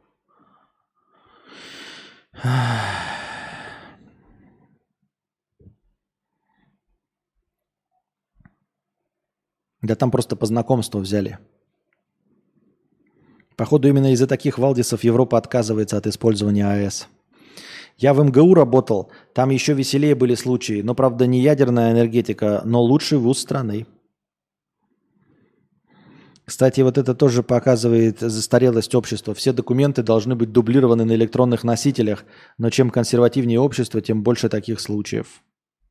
Да там просто по знакомству взяли. Походу, именно из-за таких валдисов Европа отказывается от использования АЭС. Я в МГУ работал, там еще веселее были случаи, но, правда, не ядерная энергетика, но лучший вуз страны. Кстати, вот это тоже показывает застарелость общества. Все документы должны быть дублированы на электронных носителях, но чем консервативнее общество, тем больше таких случаев.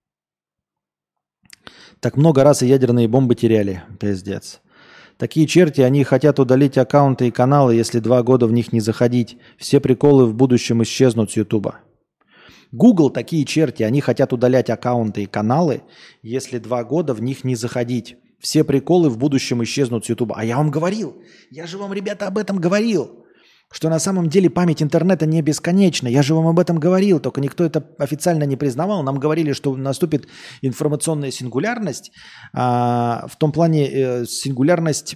Так много раз и ядерные бомбы теряли. Пиздец. Такие черти, они хотят удалить аккаунты и каналы, если 2 года в них не заходить. Все приколы в будущем исчезнут с Ютуба. Google такие черти, они хотят удалять аккаунты и каналы, если 2 года в них не заходить. Все приколы в будущем исчезнут с Ютуба. А я вам говорил, я же вам, ребята, об этом говорил, что на самом деле память интернета не бесконечна. Я же вам об этом говорил, только никто это официально не признавал. Нам говорили, что наступит информационная сингулярность, в том плане сингулярность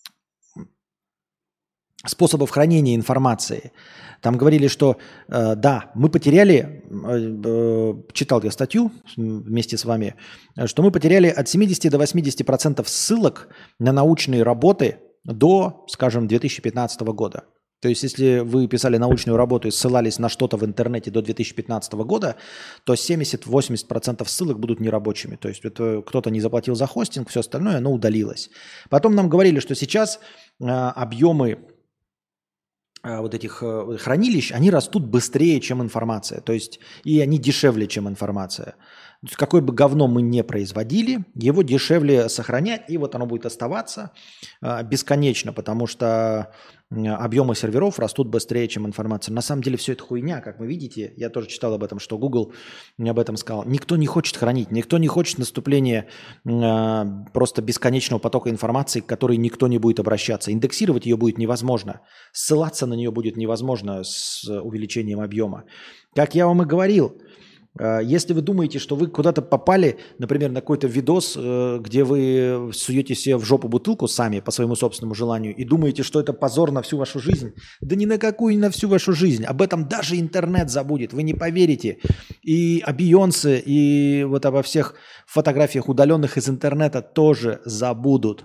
способов хранения информации. Там говорили, что да, мы потеряли, читал я статью вместе с вами, что мы потеряли от 70 до 80% ссылок на научные работы до, скажем, 2015 года. То есть, если вы писали научную работу и ссылались на что-то в интернете до 2015 года, то 70-80% ссылок будут нерабочими. То есть, это кто-то не заплатил за хостинг, все остальное, оно удалилось. Потом нам говорили, что сейчас объемы вот этих хранилищ, они растут быстрее, чем информация. То есть, и они дешевле, чем информация. То есть, какое бы говно мы не производили, его дешевле сохранять, и вот оно будет оставаться бесконечно, потому что объемы серверов растут быстрее, чем информация. На самом деле все это хуйня, как вы видите. Я тоже читал об этом, что Google мне об этом сказал. Никто не хочет хранить, никто не хочет наступления просто бесконечного потока информации, к которой никто не будет обращаться. Индексировать ее будет невозможно. Ссылаться на нее будет невозможно с увеличением объема. Как я вам и говорил, если вы думаете, что вы куда-то попали, например, на какой-то видос, где вы суете себе в жопу бутылку сами по своему собственному желанию и думаете, что это позор на всю вашу жизнь, да ни на какую, ни на всю вашу жизнь. Об этом даже интернет забудет, вы не поверите. И о Бейонсе, и вот обо всех фотографиях, удаленных из интернета, тоже забудут.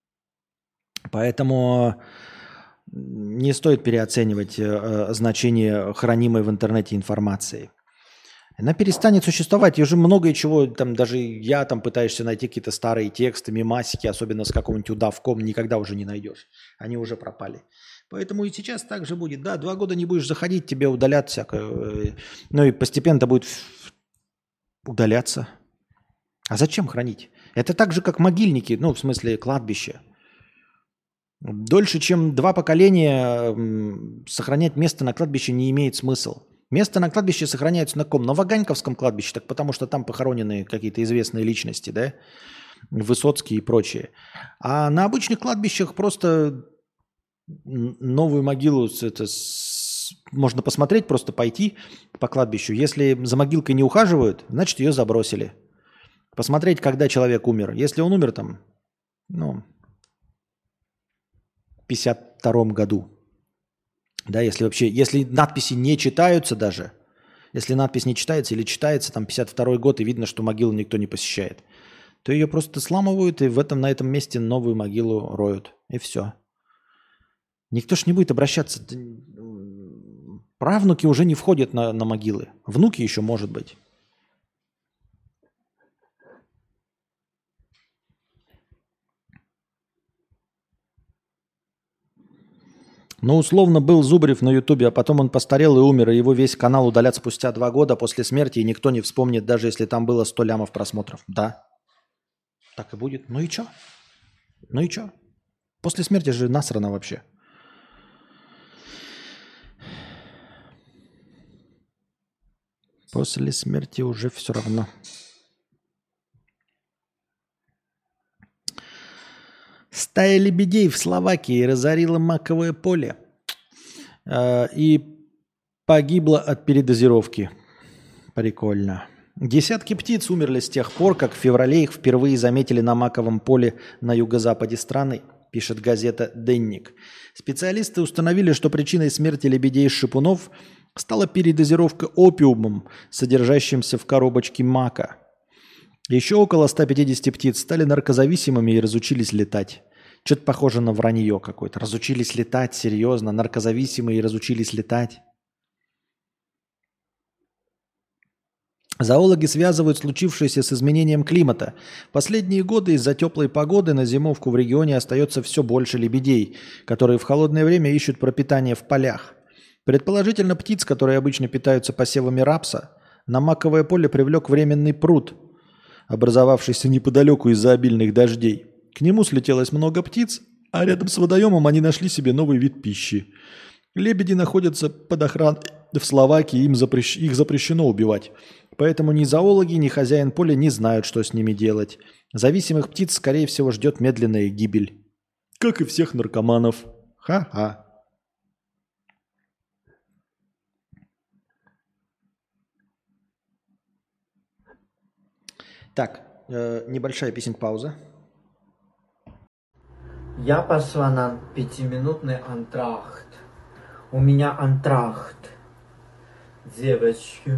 Поэтому не стоит переоценивать значение хранимой в интернете информации. Она перестанет существовать. И уже многое чего, там даже я там пытаешься найти какие-то старые тексты, мемасики, особенно с какого-нибудь удавком, никогда уже не найдешь. Они уже пропали. Поэтому и сейчас так же будет. Да, 2 года не будешь заходить, тебе удалят всякое. Ну и постепенно это будет удаляться. А зачем хранить? Это так же, как могильники, ну, в смысле кладбище. Дольше, чем 2 поколения сохранять место на кладбище не имеет смысла. Место на кладбище сохраняется на ком? На Ваганьковском кладбище, так потому что там похоронены какие-то известные личности, да? Высоцкие и прочие. А на обычных кладбищах просто новую могилу можно посмотреть, просто пойти по кладбищу. Если за могилкой не ухаживают, значит ее забросили. Посмотреть, когда человек умер. Если он умер там, ну, в 52-м году. Да, если надписи не читаются даже, если надпись не читается или читается, там 52-й год, и видно, что могилу никто не посещает, то ее просто сламывают и на этом месте новую могилу роют. И все. Никто ж не будет обращаться. Правнуки уже не входят на могилы. Внуки еще, может быть. Ну, условно, был Зубарев на Ютубе, а потом он постарел и умер, и его весь канал удалят спустя 2 года после смерти, и никто не вспомнит, даже если там было 100 лямов просмотров. Да, так и будет. Ну и чё? Ну и чё? После смерти же насрано вообще. После смерти уже все равно. Стая лебедей в Словакии разорила маковое поле и погибла от передозировки. Прикольно. Десятки птиц умерли с тех пор, как в феврале их впервые заметили на маковом поле на юго-западе страны, пишет газета «Денник». Специалисты установили, что причиной смерти лебедей-шипунов стала передозировка опиумом, содержащимся в коробочке мака. Еще около 150 птиц стали наркозависимыми и разучились летать. Что-то похоже на вранье какое-то. Разучились летать, серьезно, наркозависимые и разучились летать. Зоологи связывают случившееся с изменением климата. Последние годы из-за теплой погоды на зимовку в регионе остается все больше лебедей, которые в холодное время ищут пропитание в полях. Предположительно, птиц, которые обычно питаются посевами рапса, на маковое поле привлек временный пруд, образовавшийся неподалеку из-за обильных дождей. К нему слетелось много птиц, а рядом с водоемом они нашли себе новый вид пищи. Лебеди находятся под охраной в Словакии, их запрещено убивать. Поэтому ни зоологи, ни хозяин поля не знают, что с ними делать. Зависимых птиц, скорее всего, ждет медленная гибель. Как и всех наркоманов. Ха-ха. Так, небольшая песенка-пауза. Я пошла на 5-минутный антрахт. У меня антрахт. Девочки.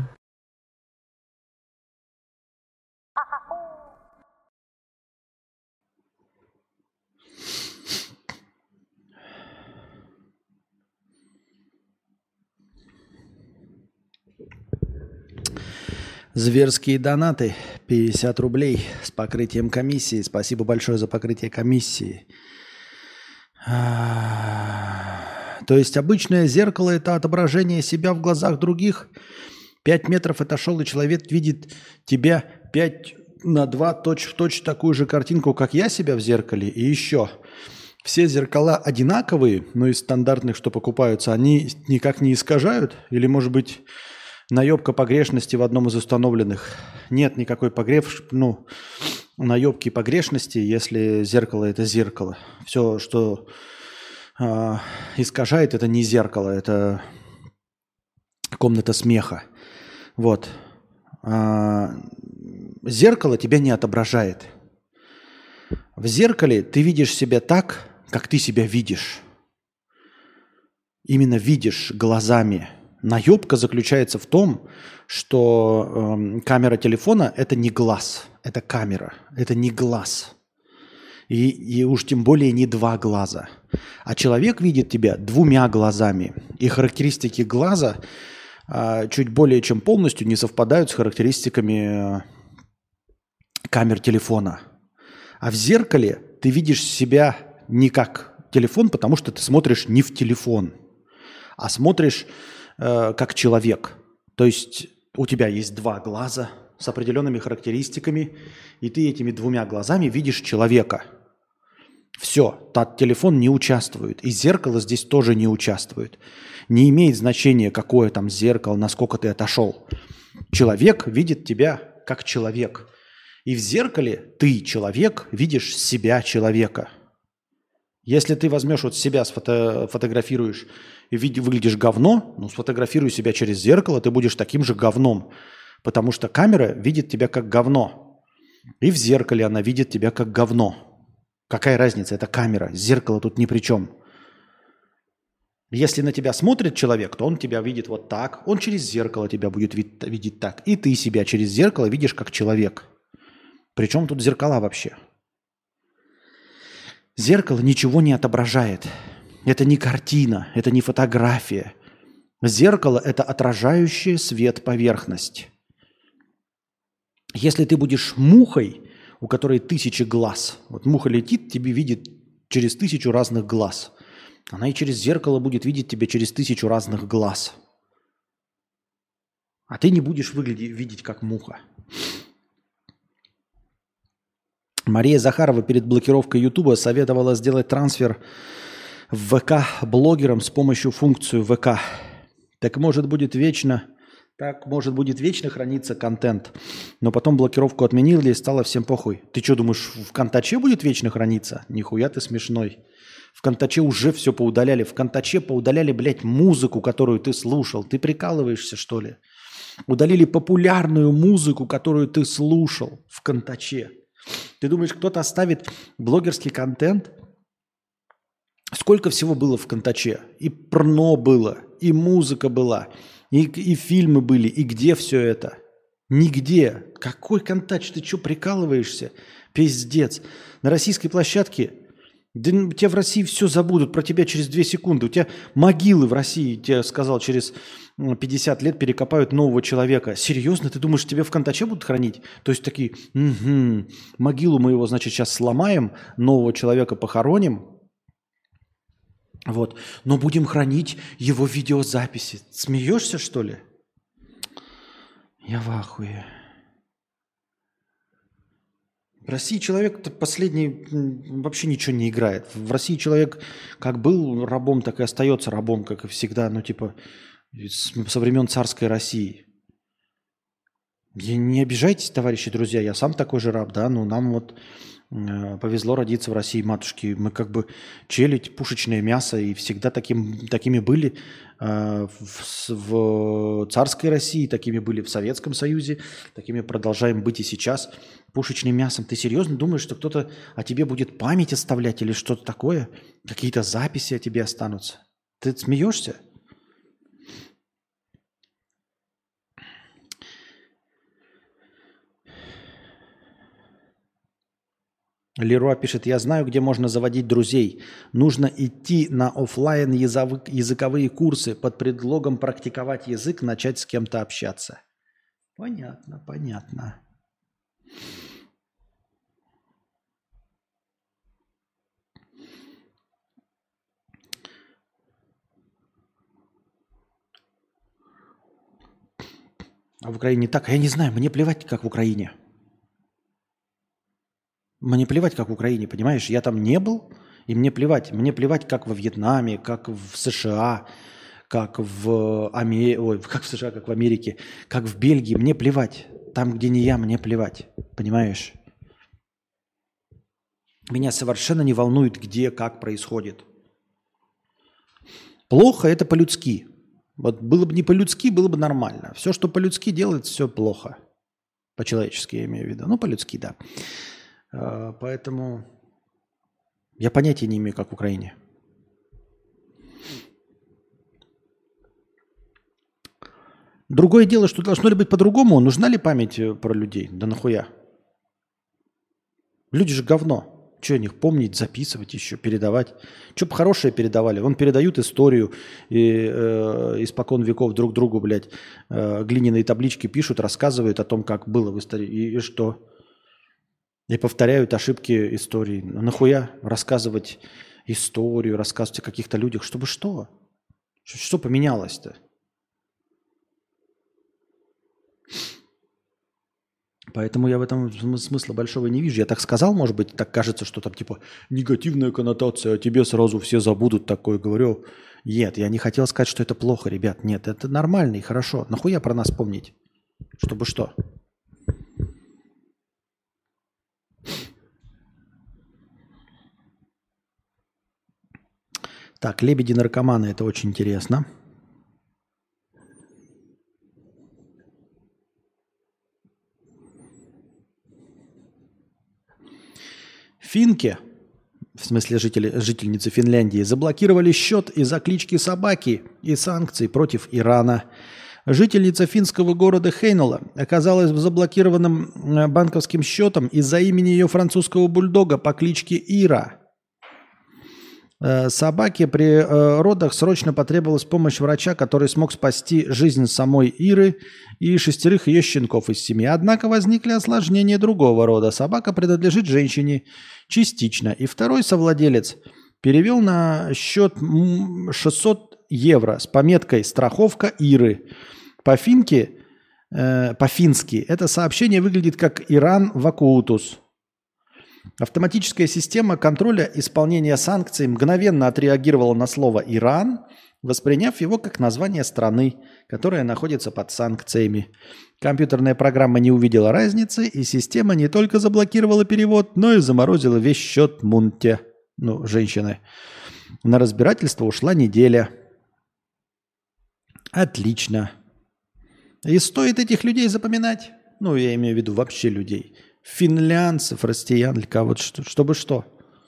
Зверские донаты. 50 рублей с покрытием комиссии. Спасибо большое за покрытие комиссии. То есть обычное зеркало – это отображение себя в глазах других. 5 метров отошел, и человек видит тебя 5:2, точь-в-точь такую же картинку, как я себя в зеркале. И еще, все зеркала одинаковые, но из стандартных, что покупаются, они никак не искажают? Или, может быть, наебка погрешности в одном из установленных? Нет никакой наебки погрешности, если зеркало – это зеркало. Все, что искажает, это не зеркало, это комната смеха. Вот. Зеркало тебя не отображает. В зеркале ты видишь себя так, как ты себя видишь. Именно видишь глазами. Наебка заключается в том, что камера телефона – это не глаз, это камера, это не глаз. И уж тем более не 2 глаза. А человек видит тебя 2 глазами. И характеристики глаза чуть более чем полностью не совпадают с характеристиками камер телефона. А в зеркале ты видишь себя не как телефон, потому что ты смотришь не в телефон, а смотришь как человек. То есть у тебя есть 2 глаза с определенными характеристиками, и ты этими 2 глазами видишь человека. Все, телефон не участвует, и зеркало здесь тоже не участвует. Не имеет значения, какое там зеркало, насколько ты отошел. Человек видит тебя как человек. И в зеркале ты, человек, видишь себя, человека. Если ты возьмешь вот себя, фотографируешь и выглядишь говно, сфотографируй себя через зеркало, ты будешь таким же говном. Потому что камера видит тебя как говно. И в зеркале она видит тебя как говно. Какая разница? Это камера. Зеркало тут ни при чем. Если на тебя смотрит человек, то он тебя видит вот так. Он через зеркало тебя будет видеть так. И ты себя через зеркало видишь как человек. Причем тут зеркала вообще? Зеркало ничего не отображает. Это не картина, это не фотография. Зеркало – это отражающая свет поверхность. Если ты будешь мухой, у которой 1000 глаз, вот муха летит, тебе видит через 1000 разных глаз. Она и через зеркало будет видеть тебя через 1000 разных глаз. А ты не будешь видеть как муха. Мария Захарова перед блокировкой Ютуба советовала сделать трансфер в ВК блогерам с помощью функции ВК. Так может будет вечно Так, может, будет вечно храниться контент, но потом блокировку отменили и стало всем похуй. Ты что, думаешь, в Контаче будет вечно храниться? Нихуя ты смешной. В Контаче уже все поудаляли. В Контаче поудаляли, блядь, музыку, которую ты слушал. Ты прикалываешься, что ли? Удалили популярную музыку, которую ты слушал в Контаче. Ты думаешь, кто-то оставит блогерский контент? Сколько всего было в Контаче? И порно было, и музыка была, и фильмы были. И где все это? Нигде. Какой Контач? Ты что, прикалываешься? Пиздец. На российской площадке, да тебя в России все забудут про тебя через 2 секунды. У тебя могилы в России, тебе сказал, через 50 лет перекопают нового человека. Серьезно? Ты думаешь, тебя в Контаче будут хранить? То есть такие, могилу мы его, значит, сейчас сломаем, нового человека похороним, вот, но будем хранить его видеозаписи. Смеешься, что ли? Я в ахуе. В России человек последний вообще ничего не играет. В России человек как был рабом, так и остается рабом, как и всегда. Ну, типа, со времен царской России. Не обижайтесь, товарищи, друзья. Я сам такой же раб, да. Ну, нам вот повезло родиться в России, матушки. Мы как бы челядь, пушечное мясо. И всегда такими были в царской России, такими были в Советском Союзе. Такими продолжаем быть и сейчас. Пушечным мясом. Ты серьезно думаешь, что кто-то о тебе будет память оставлять или что-то такое? Какие-то записи о тебе останутся? Ты смеешься? Леруа пишет, я знаю, где можно заводить друзей. Нужно идти на офлайн языковые курсы под предлогом практиковать язык, начать с кем-то общаться. Понятно, понятно. А в Украине так? Я не знаю, мне плевать, как в Украине. Мне плевать, как в Украине, понимаешь? Я там не был, и мне плевать. Мне плевать, как во Вьетнаме, как в США, как в как в США, как в Америке, как в Бельгии. Мне плевать. Там, где не я, мне плевать. Понимаешь? Меня совершенно не волнует, где, как происходит. Плохо – это по-людски. Вот было бы не по-людски, было бы нормально. Все, что по-людски делается, все плохо. По-человечески я имею в виду. Ну, по-людски, да. Поэтому я понятия не имею, как в Украине. Другое дело, что должно ли быть по-другому? Нужна ли память про людей? Да нахуя? Люди же говно. Что о них помнить, записывать еще, передавать? Что бы хорошее передавали? Вон передают историю и испокон веков друг другу, блядь, глиняные таблички пишут, рассказывают о том, как было в истории. И что? И повторяют ошибки истории. Нахуя рассказывать историю, рассказывать о каких-то людях? Чтобы что? Что поменялось-то? Поэтому я в этом смысла большого не вижу. Я так сказал, может быть, так кажется, что там типа негативная коннотация, о тебе сразу все забудут, такое говорю. Нет, я не хотел сказать, что это плохо, ребят. Нет, это нормально и хорошо. Нахуя про нас помнить? Чтобы что? Так, лебеди-наркоманы, это очень интересно. Финки, в смысле жительницы Финляндии, заблокировали счет из-за клички собаки и санкций против Ирана. Жительница финского города Хейнола оказалась в заблокированном банковским счетом из-за имени ее французского бульдога по кличке Ира. Собаке при родах срочно потребовалась помощь врача, который смог спасти жизнь самой Иры и 6 ее щенков из семьи. Однако возникли осложнения другого рода. Собака принадлежит женщине частично, и второй совладелец перевел на счет 600 евро с пометкой «Страховка Иры». По-фински это сообщение выглядит как «Иран Вакуутус». Автоматическая система контроля исполнения санкций мгновенно отреагировала на слово «Иран», восприняв его как название страны, которая находится под санкциями. Компьютерная программа не увидела разницы, и система не только заблокировала перевод, но и заморозила весь счет Мунте, женщины. На разбирательство ушла неделя. Отлично. И стоит этих людей запоминать? Я имею в виду вообще людей. Финлянцев, россиян или кого-то, чтобы что?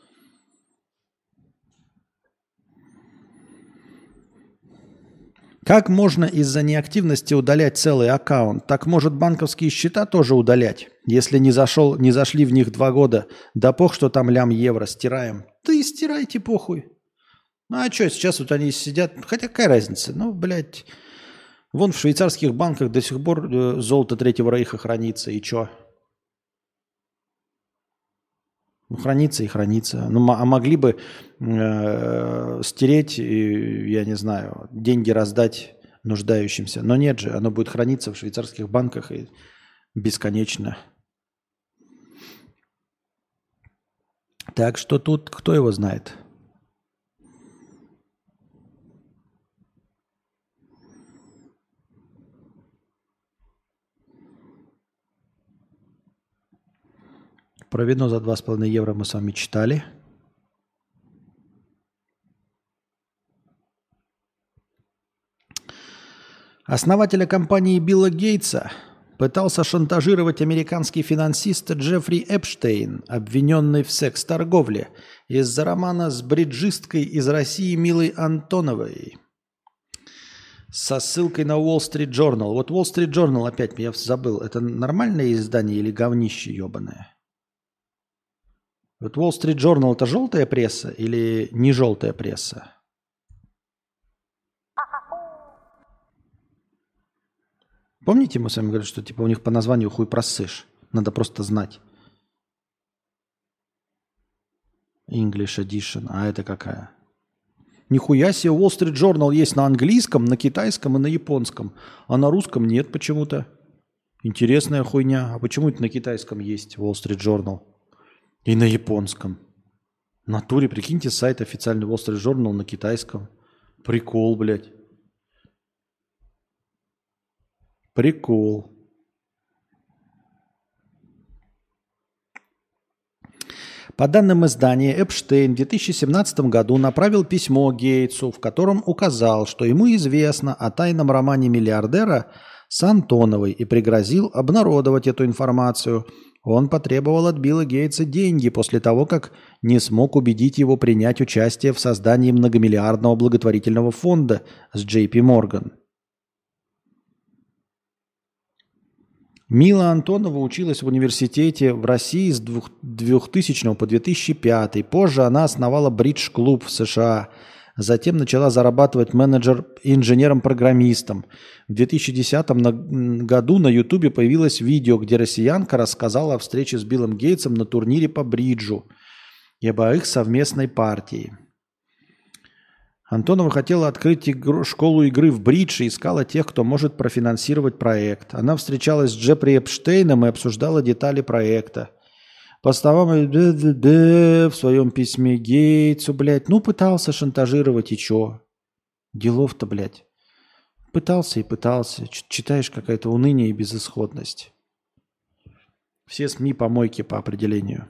Как можно из-за неактивности удалять целый аккаунт? Так может банковские счета тоже удалять? Если не зашли в них 2 года, да пох, что там лям евро, стираем. Да и стирайте, похуй. А что, сейчас вот они сидят, хотя какая разница? Вон в швейцарских банках до сих пор золото Третьего Рейха хранится, и что? Хранится и хранится. А могли бы стереть, я не знаю, деньги раздать нуждающимся. Но нет же, оно будет храниться в швейцарских банках и бесконечно. Так что тут кто его знает? Про вино за 2,5 евро мы с вами читали. Основателя компании Билла Гейтса пытался шантажировать американский финансист Джеффри Эпштейн, обвиненный в секс-торговле, из-за романа с бриджисткой из России Милой Антоновой. Со ссылкой на Wall Street Journal. Вот Wall Street Journal, опять я забыл, это нормальное издание или говнище ебаное? Вот Wall Street Journal – это желтая пресса или не желтая пресса? Помните, мы с вами говорили, что типа у них по названию хуй просышь? Надо просто знать. English Edition. А это какая? Нихуя себе, Wall Street Journal есть на английском, на китайском и на японском. А на русском нет почему-то. Интересная хуйня. А почему это на китайском есть Wall Street Journal? И на японском. В натуре, прикиньте, сайт официальный Wall Street Journal на китайском. Прикол, блядь. Прикол. По данным издания, Эпштейн в 2017 году направил письмо Гейтсу, в котором указал, что ему известно о тайном романе миллиардера с Антоновой и пригрозил обнародовать эту информацию. Он потребовал от Билла Гейтса деньги после того, как не смог убедить его принять участие в создании многомиллиардного благотворительного фонда с JP Morgan. Мила Антонова училась в университете в России с 2000 по 2005. Позже она основала бридж-клуб в США. Затем начала зарабатывать инженером-программистом. В 2010 году на Ютубе появилось видео, где россиянка рассказала о встрече с Биллом Гейтсом на турнире по бриджу и об их совместной партии. Антонова хотела открыть школу игры в бридж и искала тех, кто может профинансировать проект. Она встречалась с Джеффри Эпштейном и обсуждала детали проекта. По словам в своем письме Гейтсу, блядь, пытался шантажировать и чё? Делов-то, блядь. Пытался и пытался. Читаешь, какая-то уныние и безысходность. Все СМИ помойки по определению.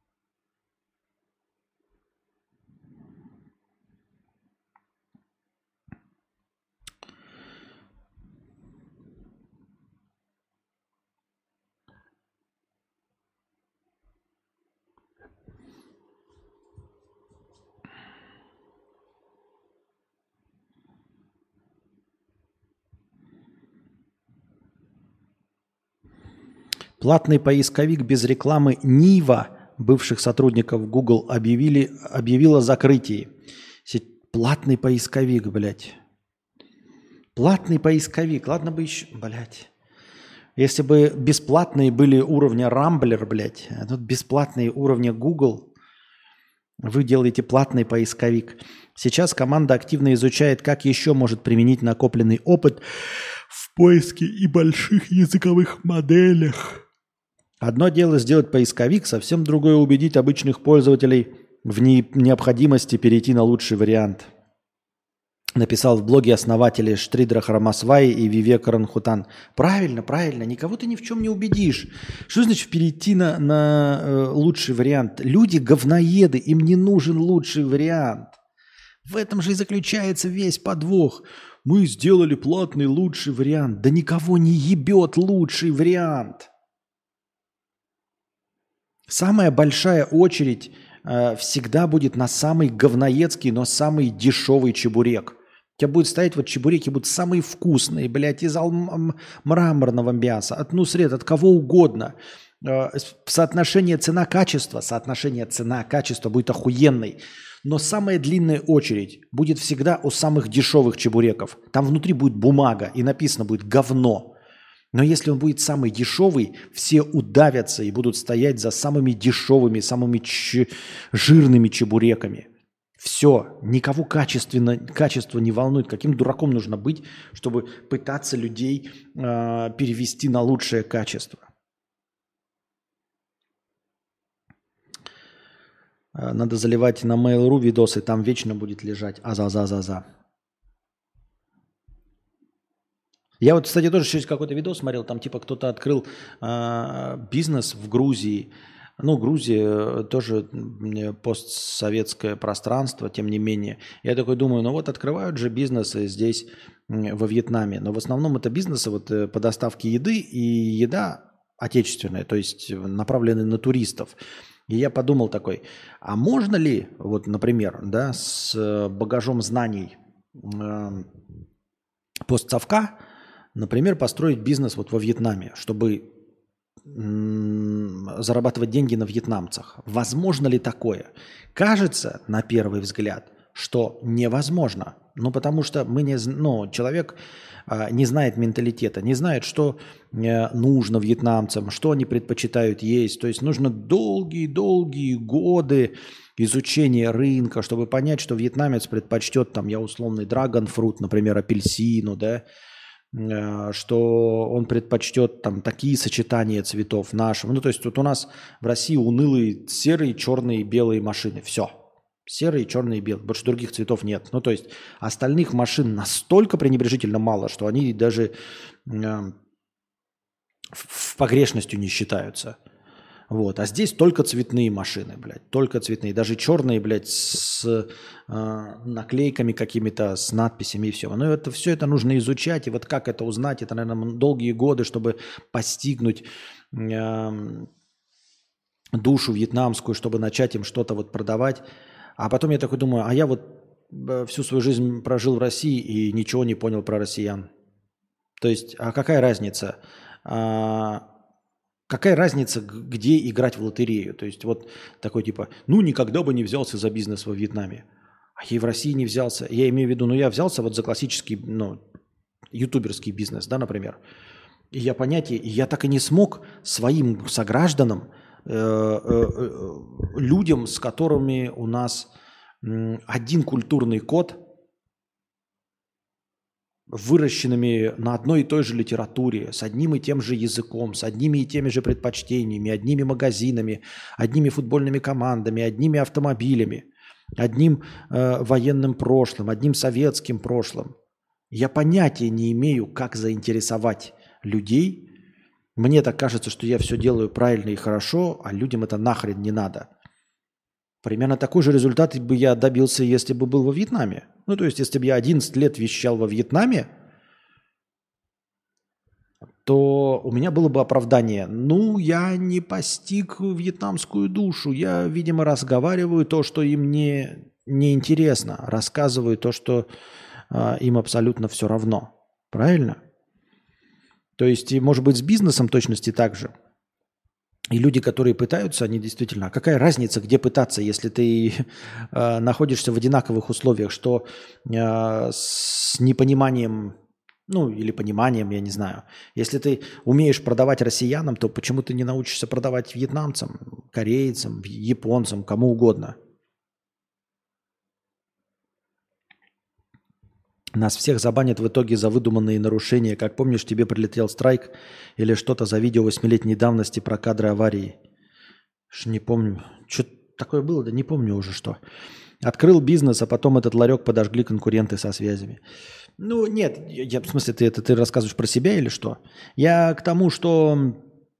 Платный поисковик без рекламы Нива бывших сотрудников Google объявила о закрытии. Платный поисковик, блядь. Платный поисковик. Ладно бы еще, блядь. Если бы бесплатные были уровня Рамблер, блядь, а тут бесплатные уровня Google, вы делаете платный поисковик. Сейчас команда активно изучает, как еще может применить накопленный опыт в поиске и больших языковых моделях. Одно дело сделать поисковик, совсем другое убедить обычных пользователей в необходимости перейти на лучший вариант. Написал в блоге основатели Штридра Харамасвай и Вивек Ранхутан. Правильно, правильно, никого ты ни в чем не убедишь. Что значит перейти на лучший вариант? Люди говноеды, им не нужен лучший вариант. В этом же и заключается весь подвох. Мы сделали платный лучший вариант. Да никого не ебет лучший вариант. Самая большая очередь всегда будет на самый говноедский, но самый дешевый чебурек. У тебя будет стоять вот чебуреки, будут самые вкусные, блядь, из мраморного мяса, от Нусрет, от кого угодно. Соотношение цена-качество будет охуенный. Но самая длинная очередь будет всегда у самых дешевых чебуреков. Там внутри будет бумага и написано будет говно. Но если он будет самый дешевый, все удавятся и будут стоять за самыми дешевыми, самыми жирными чебуреками. Все, никого качество не волнует. Каким дураком нужно быть, чтобы пытаться людей перевести на лучшее качество? Надо заливать на Mail.ru видосы, там вечно будет лежать. За. Я вот, кстати, тоже через какой-то видос смотрел, там типа кто-то открыл бизнес в Грузии. Ну, Грузия тоже постсоветское пространство, тем не менее. Я такой думаю, ну вот открывают же бизнесы здесь, во Вьетнаме. Но в основном это бизнесы вот по доставке еды и еда отечественная, то есть направленная на туристов. И я подумал такой, а можно ли, вот, например, да, с багажом знаний постсовка, например, построить бизнес вот во Вьетнаме, чтобы зарабатывать деньги на вьетнамцах. Возможно ли такое? Кажется, на первый взгляд, что невозможно. Ну, потому что человек не знает менталитета, не знает, что нужно вьетнамцам, что они предпочитают есть. То есть нужно долгие годы изучения рынка, чтобы понять, что вьетнамец предпочтет, там, я условный драгонфрут, например, апельсину, да, что он предпочтет там такие сочетания цветов нашим. Ну, то есть вот у нас в России унылые серые, черные, белые машины. Все. Серые, черные, белые. Больше других цветов нет. Ну, то есть остальных машин настолько пренебрежительно мало, что они даже погрешностью не считаются. Вот. А здесь только цветные машины, блядь. Только цветные. Даже черные, блядь, с наклейками какими-то, с надписями и все. Но это, все это нужно изучать. И вот как это узнать, это, наверное, долгие годы, чтобы постигнуть душу вьетнамскую, чтобы начать им что-то вот продавать. А потом я такой думаю, а я вот всю свою жизнь прожил в России и ничего не понял про россиян. То есть, а какая разница? Какая разница, где играть в лотерею? То есть вот такой типа, ну никогда бы не взялся за бизнес во Вьетнаме. А я и в России не взялся. Я имею в виду, я взялся вот за классический, ютуберский бизнес, да, например. И я я так и не смог своим согражданам, людям, с которыми у нас один культурный код, выращенными на одной и той же литературе, с одним и тем же языком, с одними и теми же предпочтениями, одними магазинами, одними футбольными командами, одними автомобилями, одним военным прошлым, одним советским прошлым. Я понятия не имею, как заинтересовать людей. Мне так кажется, что я все делаю правильно и хорошо, а людям это нахрен не надо. Примерно такой же результат бы я добился, если бы был во Вьетнаме. Ну, то есть, если бы я 11 лет вещал во Вьетнаме, то у меня было бы оправдание. Ну, я не постиг вьетнамскую душу. Я, видимо, разговариваю то, что им не интересно. Рассказываю то, что им абсолютно все равно. Правильно? То есть, и, может быть, с бизнесом точности так же. И люди, которые пытаются, они действительно... А какая разница, где пытаться, если ты находишься в одинаковых условиях, что с непониманием, или пониманием, я не знаю. Если ты умеешь продавать россиянам, то почему ты не научишься продавать вьетнамцам, корейцам, японцам, кому угодно? Нас всех забанят в итоге за выдуманные нарушения. Как помнишь, тебе прилетел страйк или что-то за видео 8-летней давности про кадры аварии. Не помню. Что такое было? Да не помню уже что. Открыл бизнес, а потом этот ларек подожгли конкуренты со связями. Ну, нет, в смысле, ты рассказываешь про себя или что? Я к тому, что,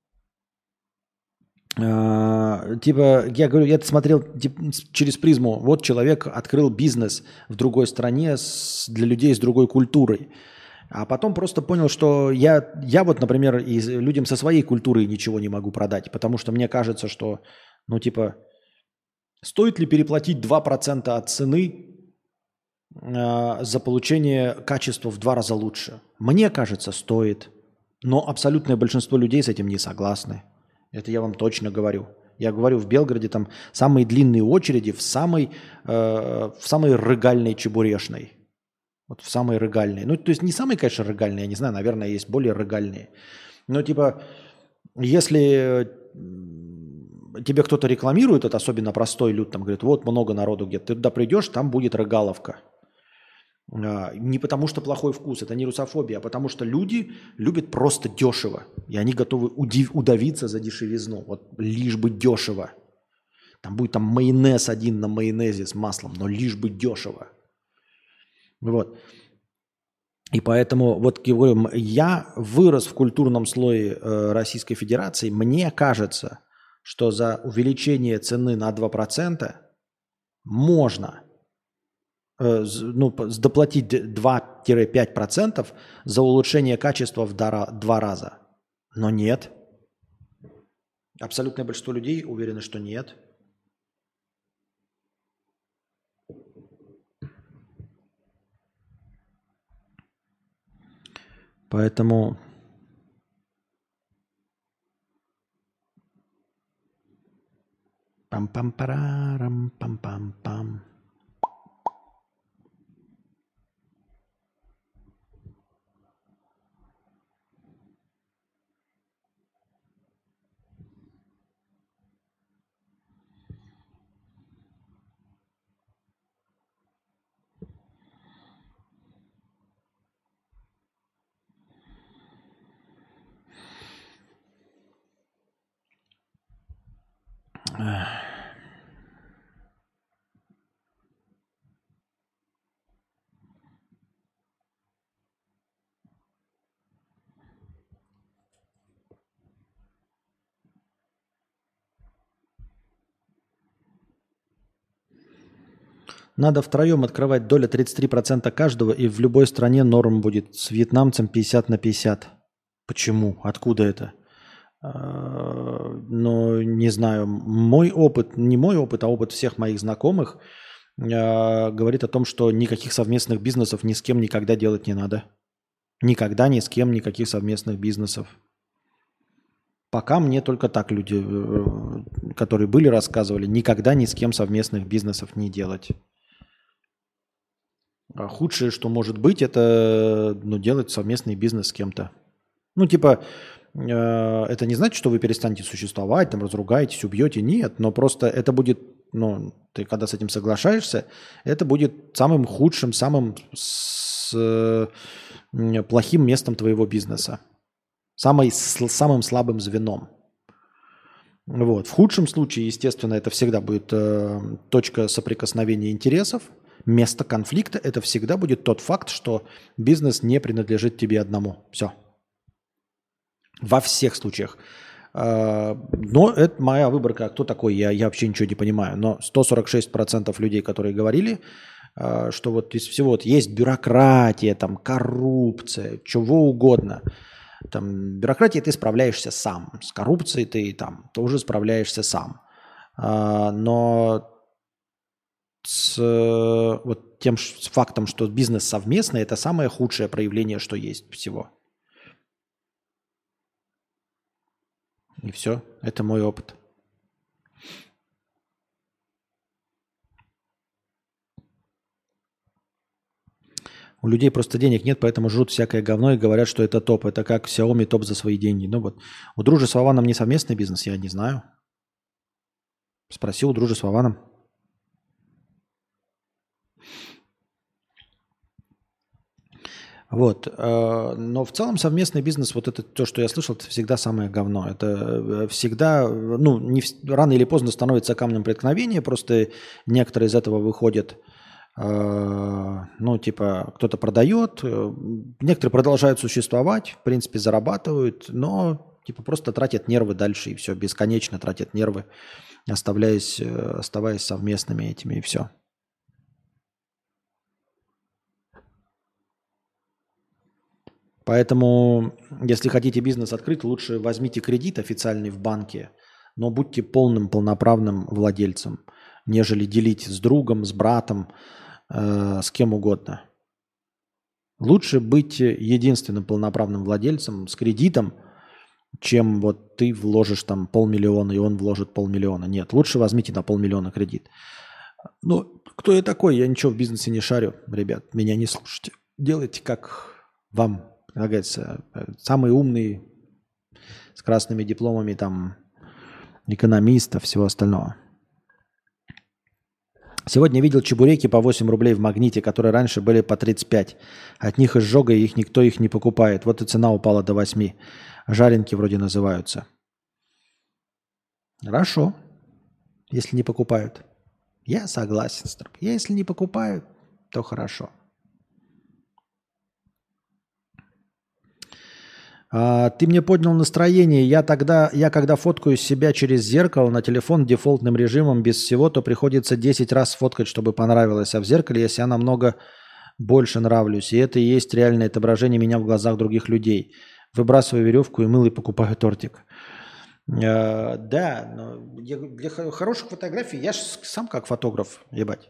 типа, я говорю, я это смотрел типа, через призму. Вот человек открыл бизнес в другой стране для людей с другой культурой. А потом просто понял, что я вот, например, и людям со своей культурой ничего не могу продать, потому что мне кажется, что, ну, типа, стоит ли переплатить 2% от цены за получение качества в 2 раза лучше? Мне кажется, стоит. Но абсолютное большинство людей с этим не согласны. Это я вам точно говорю. Я говорю, в Белгороде там самые длинные очереди в самой рыгальной чебурешной. Вот в самой рыгальной. Ну, то есть не самые, конечно, рыгальные, я не знаю, наверное, есть более рыгальные. Но типа, если тебе кто-то рекламирует, это особенно простой люд, там говорит, вот много народу где-то, ты туда придешь, там будет рыгаловка. Не потому что плохой вкус, это не русофобия, а потому что люди любят просто дешево. И они готовы удавиться за дешевизну. Вот лишь бы дешево. Там будет там майонез один на майонезе с маслом, но лишь бы дешево. Вот. И поэтому, вот говорю, я вырос в культурном слое Российской Федерации. Мне кажется, что за увеличение цены на 2% можно доплатить 2-5% за улучшение качества в 2 раза. Но нет. Абсолютное большинство людей уверены, что нет. Поэтому пам-пам-парам, пам-пам-пам. Надо втроем открывать, доля 33% каждого, и в любой стране норм будет. С вьетнамцем 50/50. Почему? Откуда это? Ну, не знаю. Мой опыт, не мой опыт, а опыт всех моих знакомых говорит о том, что никаких совместных бизнесов ни с кем никогда делать не надо. Никогда ни с кем никаких совместных бизнесов. Пока мне только так люди, которые были, рассказывали, никогда ни с кем совместных бизнесов не делать. А худшее, что может быть, это делать совместный бизнес с кем-то. Ну, типа, это не значит, что вы перестанете существовать, там, разругаетесь, убьете. Нет, но просто это будет, ты когда с этим соглашаешься, это будет самым худшим, самым плохим местом твоего бизнеса. Самым слабым звеном. Вот. В худшем случае, естественно, это всегда будет точка соприкосновения интересов. Место конфликта – это всегда будет тот факт, что бизнес не принадлежит тебе одному. Все. Во всех случаях. Но это моя выборка. А кто такой? Я вообще ничего не понимаю. Но 146% людей, которые говорили, что вот из всего вот есть бюрократия, там, коррупция, чего угодно. Там, бюрократией ты справляешься сам. С коррупцией ты там тоже справляешься сам. Но с вот тем с фактом, что бизнес совместный, это самое худшее проявление, что есть всего. И все. Это мой опыт. У людей просто денег нет, поэтому жрут всякое говно и говорят, что это топ. Это как Xiaomi топ за свои деньги. Ну вот. У Дружи с Вованом не совместный бизнес, я не знаю. Спроси у Дружи с Вованом. Вот. Но в целом совместный бизнес, вот это то, что я слышал, это всегда самое говно. Это всегда, ну, рано или поздно становится камнем преткновения, просто некоторые из этого выходят, ну, типа, кто-то продает, некоторые продолжают существовать, в принципе, зарабатывают, но, типа, просто тратят нервы дальше, и все, бесконечно тратят нервы, оставаясь совместными этими, и все. Поэтому, если хотите бизнес открыть, лучше возьмите кредит официальный в банке, но будьте полным, полноправным владельцем, нежели делить с другом, с братом, с кем угодно. Лучше быть единственным полноправным владельцем с кредитом, чем вот ты вложишь там 500 000, и он вложит 500 000. Нет, лучше возьмите на 500 000 кредит. Ну, кто я такой? Я ничего в бизнесе не шарю, ребят. Меня не слушайте. Делайте, как вам, как говорится, самые умные, с красными дипломами, там, экономистов, всего остального. Сегодня видел чебуреки по 8 рублей в Магните, которые раньше были по 35. От них изжога, и никто их не покупает. Вот и цена упала до 8. Жаренки вроде называются. Хорошо, если не покупают. Я согласен. Если не покупают, то хорошо. Ты мне поднял настроение. Я когда фоткаю себя через зеркало на телефон дефолтным режимом без всего, то приходится 10 раз фоткать, чтобы понравилось. А в зеркале я себя намного больше нравлюсь. И это и есть реальное отображение меня в глазах других людей. Выбрасываю веревку и мыло и покупаю тортик. Да, но для хороших фотографий я же сам как фотограф, ебать.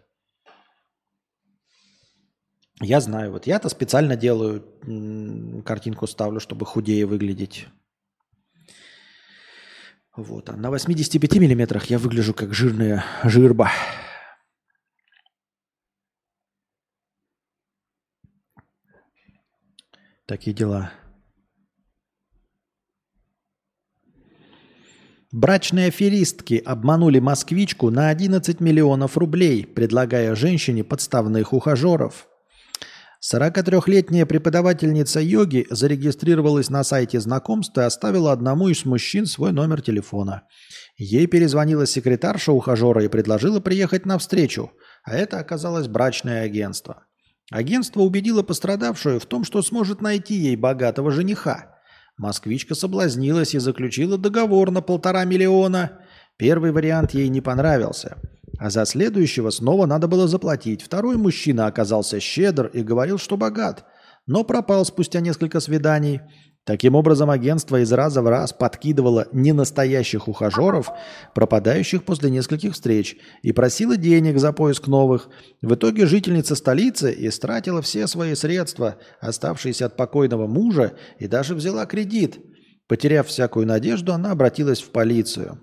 Я знаю, вот я-то специально делаю, картинку ставлю, чтобы худее выглядеть. Вот, а на 85 миллиметрах я выгляжу как жирная жирба. Такие дела. Брачные аферистки обманули москвичку на 11 миллионов рублей, предлагая женщине подставных ухажеров. 43-летняя преподавательница йоги зарегистрировалась на сайте знакомств и оставила одному из мужчин свой номер телефона. Ей перезвонила секретарша ухажера и предложила приехать на встречу, а это оказалось брачное агентство. Агентство убедило пострадавшую в том, что сможет найти ей богатого жениха. Москвичка соблазнилась и заключила договор на 1,5 миллиона. Первый вариант ей не понравился. А за следующего снова надо было заплатить. Второй мужчина оказался щедр и говорил, что богат, но пропал спустя несколько свиданий. Таким образом, агентство из раза в раз подкидывало ненастоящих ухажеров, пропадающих после нескольких встреч, и просило денег за поиск новых. В итоге жительница столицы истратила все свои средства, оставшиеся от покойного мужа, и даже взяла кредит. Потеряв всякую надежду, она обратилась в полицию.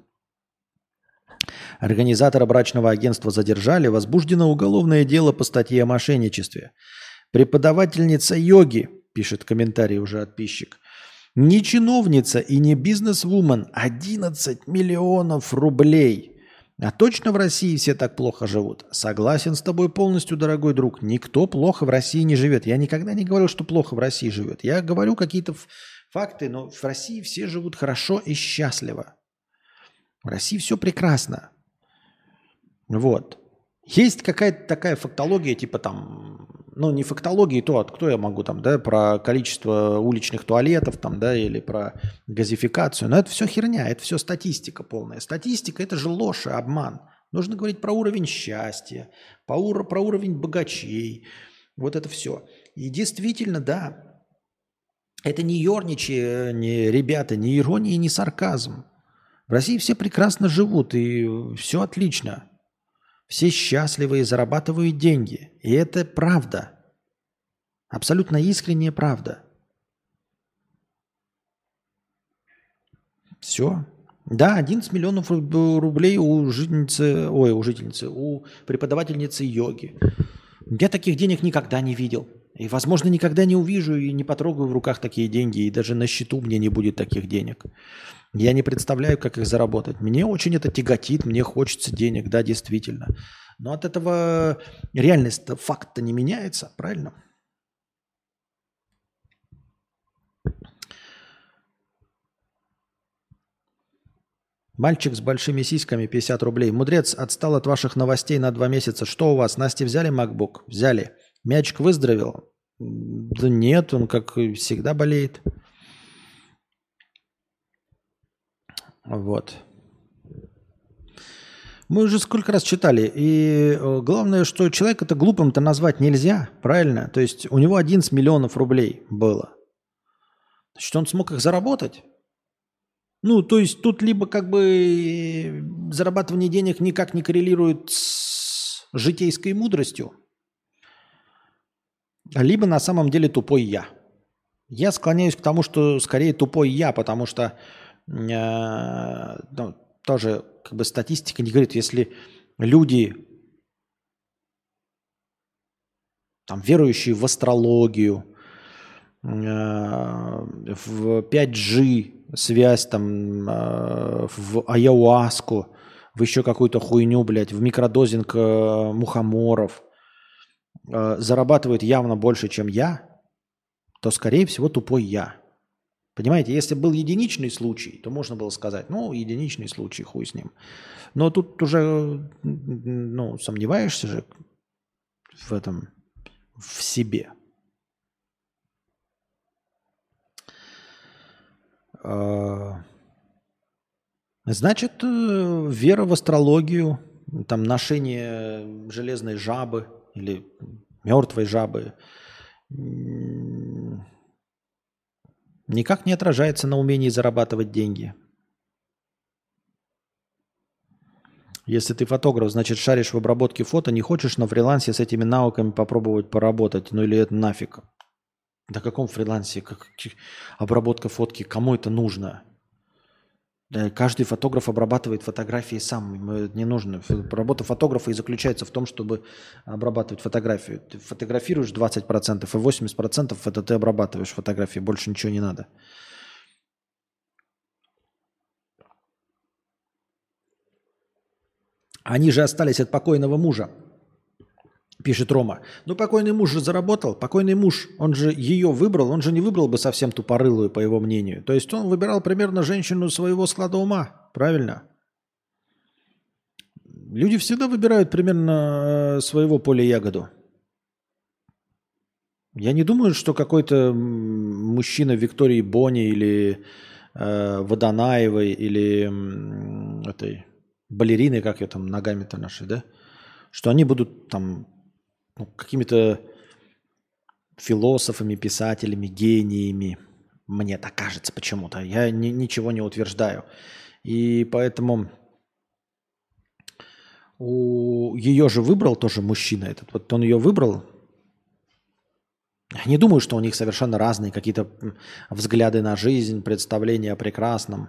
Организатора брачного агентства задержали, возбуждено уголовное дело по статье о мошенничестве. Преподавательница йоги, пишет комментарий уже подписчик, не чиновница и не бизнес-вумен, 11 миллионов рублей. А точно в России все так плохо живут? Согласен с тобой полностью, дорогой друг. Никто плохо в России не живет. Я никогда не говорил, что плохо в России живет. Я говорю какие-то факты, но в России все живут хорошо и счастливо. В России все прекрасно. Вот. Есть какая-то такая фактология, типа там, ну не фактология, то кто я могу там, да, про количество уличных туалетов там, да, или про газификацию. Но это все херня, это все статистика полная. Статистика – это же ложь и обман. Нужно говорить про уровень счастья, про уровень богачей. Вот это все. И действительно, да, это не ерничание, не ребята, не ирония, не сарказм. В России все прекрасно живут, и все отлично. Все счастливы и зарабатывают деньги. И это правда. Абсолютно искренняя правда. Все. Да, 11 миллионов рублей у преподавательницы йоги. Я таких денег никогда не видел. И, возможно, никогда не увижу и не потрогаю в руках такие деньги. И даже на счету мне не будет таких денег. Я не представляю, как их заработать. Мне очень это тяготит, мне хочется денег, да, действительно. Но от этого реальность, факт-то не меняется, правильно? Мальчик с большими сиськами 50 рублей. Мудрец отстал от ваших новостей на 2 месяца. Что у вас? Насте взяли MacBook? Взяли. Мячик выздоровел? Да нет, он как и всегда болеет. Вот. Мы уже сколько раз читали. И главное, что человека-то глупым-то назвать нельзя. Правильно? То есть у него 11 миллионов рублей было. Значит, он смог их заработать. Ну, то есть тут либо как бы зарабатывание денег никак не коррелирует с житейской мудростью, либо на самом деле тупой я. Я склоняюсь к тому, что скорее тупой я, потому что ну, тоже как бы статистика не говорит, если люди, там, верующие в астрологию, в 5G связь, там, в аяуаску, в еще какую-то хуйню, блядь, в микродозинг мухоморов, зарабатывают явно больше, чем я, то, скорее всего, тупой я. Понимаете, если был единичный случай, то можно было сказать, ну, единичный случай, хуй с ним. Но тут уже, ну, сомневаешься же в этом, в себе. Значит, вера в астрологию, там, ношение железной жабы или мертвой жабы никак не отражается на умении зарабатывать деньги. Если ты фотограф, значит, шаришь в обработке фото, не хочешь на фрилансе с этими навыками попробовать поработать, ну или это нафиг. На каком фрилансе? Обработка фотки? Кому это нужно? Каждый фотограф обрабатывает фотографии сам. Ему это не нужно. Работа фотографа и заключается в том, чтобы обрабатывать фотографию. Ты фотографируешь 20%, и 80% это ты обрабатываешь фотографии. Больше ничего не надо. Они же остались от покойного мужа, пишет Рома. Ну, покойный муж же заработал. Покойный муж, он же ее выбрал. Он же не выбрал бы совсем тупорылую, по его мнению. То есть он выбирал примерно женщину своего склада ума. Правильно? Люди всегда выбирают примерно своего поля ягоду. Я не думаю, что какой-то мужчина Виктории Бони или Водонаевой или этой балерины, как ее там, ногами-то наши, да? Что они будут там какими-то философами, писателями, гениями. Мне так кажется почему-то. Я ничего не утверждаю. И поэтому ее же выбрал тоже мужчина этот. Вот он ее выбрал. Я не думаю, что у них совершенно разные какие-то взгляды на жизнь, представления о прекрасном.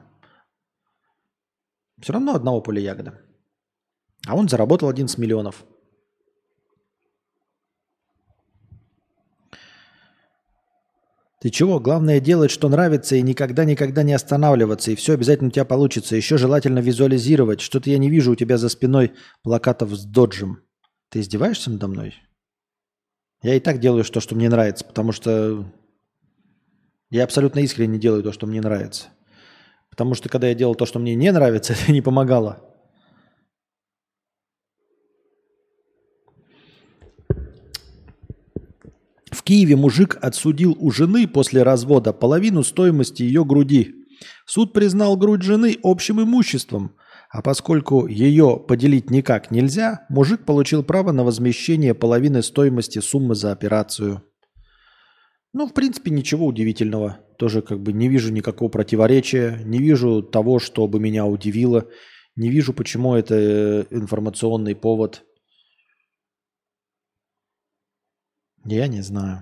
Все равно одного поля ягода. А он заработал 11 миллионов. Ты чего? Главное делать, что нравится, и никогда-никогда не останавливаться, и все обязательно у тебя получится. Еще желательно визуализировать. Что-то я не вижу у тебя за спиной плакатов с доджем. Ты издеваешься надо мной? Я и так делаю то, что мне нравится, потому что я абсолютно искренне делаю то, что мне нравится. Потому что когда я делал то, что мне не нравится, это не помогало. В Киеве мужик отсудил у жены после развода половину стоимости ее груди. Суд признал грудь жены общим имуществом, а поскольку ее поделить никак нельзя, мужик получил право на возмещение половины стоимости суммы за операцию. Ну, в принципе, ничего удивительного. Тоже как бы не вижу никакого противоречия, не вижу того, что бы меня удивило, не вижу, почему это информационный повод. Я не знаю.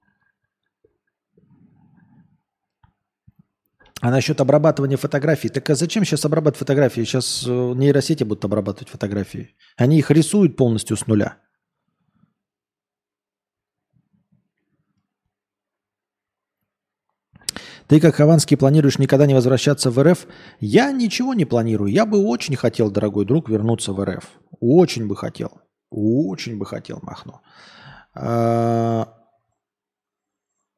А насчет обрабатывания фотографий, так а зачем сейчас обрабатывать фотографии? Сейчас нейросети будут обрабатывать фотографии. Они их рисуют полностью с нуля. Ты, как Хованский, планируешь никогда не возвращаться в РФ? Я ничего не планирую. Я бы очень хотел, дорогой друг, вернуться в РФ. Очень бы хотел. Очень бы хотел, Махно.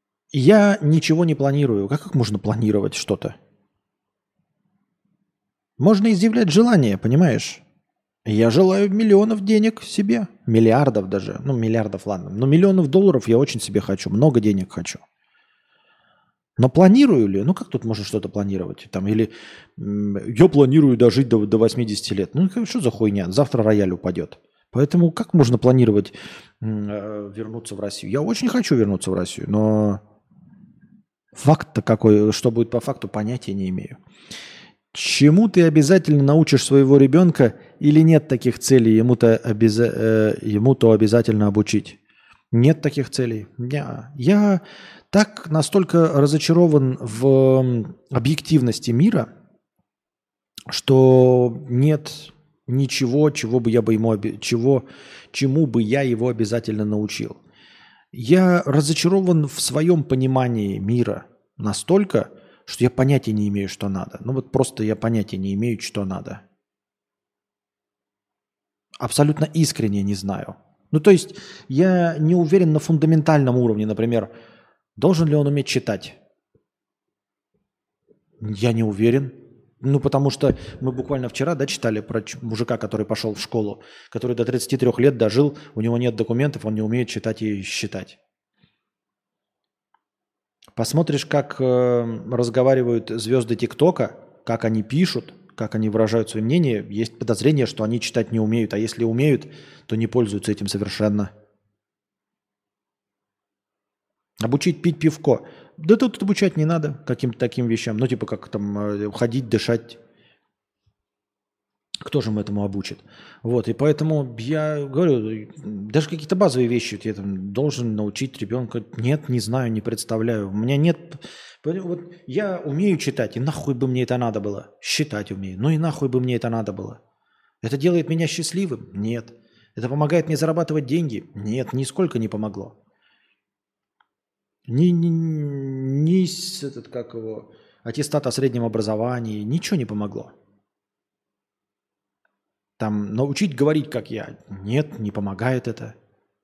Я ничего не планирую. Как можно планировать что-то? Можно изъявлять желание, понимаешь? Я желаю миллионов денег себе. Миллиардов даже. Ну, миллиардов, ладно. Но миллионов долларов я очень себе хочу. Много денег хочу. Но планирую ли? Ну, как тут можно что-то планировать? Там, или я планирую дожить до 80 лет. Ну, что за хуйня? Завтра рояль упадет. Поэтому как можно планировать вернуться в Россию? Я очень хочу вернуться в Россию, но факт-то какой, что будет по факту, понятия не имею. Чему ты обязательно научишь своего ребенка или нет таких целей, ему-то обязательно обучить? Нет таких целей. Я так настолько разочарован в объективности мира, что нет ничего, чему бы я его обязательно научил. Я разочарован в своем понимании мира настолько, что я понятия не имею, что надо. Ну вот просто я понятия не имею, что надо. Абсолютно искренне не знаю. Ну то есть я не уверен на фундаментальном уровне, например, должен ли он уметь читать? Я не уверен. Ну потому что мы буквально вчера читали про мужика, который пошел в школу, который до 33 лет дожил, у него нет документов, он не умеет читать и считать. Посмотришь, как разговаривают звезды ТикТока, как они пишут, как они выражают свое мнение, есть подозрение, что они читать не умеют, а если умеют, то не пользуются этим совершенно. Обучить пить пивко. Да тут обучать не надо каким-то таким вещам. Ну, типа как там ходить, дышать. Кто же этому обучит? Вот, и поэтому я говорю, даже какие-то базовые вещи я там должен научить ребенка. Нет, не знаю, не представляю. У меня нет... Вот я умею читать, и нахуй бы мне это надо было. Считать умею, ну и нахуй бы мне это надо было. Это делает меня счастливым? Нет. Это помогает мне зарабатывать деньги? Нет, нисколько не помогло. Аттестат о среднем образовании, ничего не помогло. Там научить говорить, как я. Нет, не помогает это.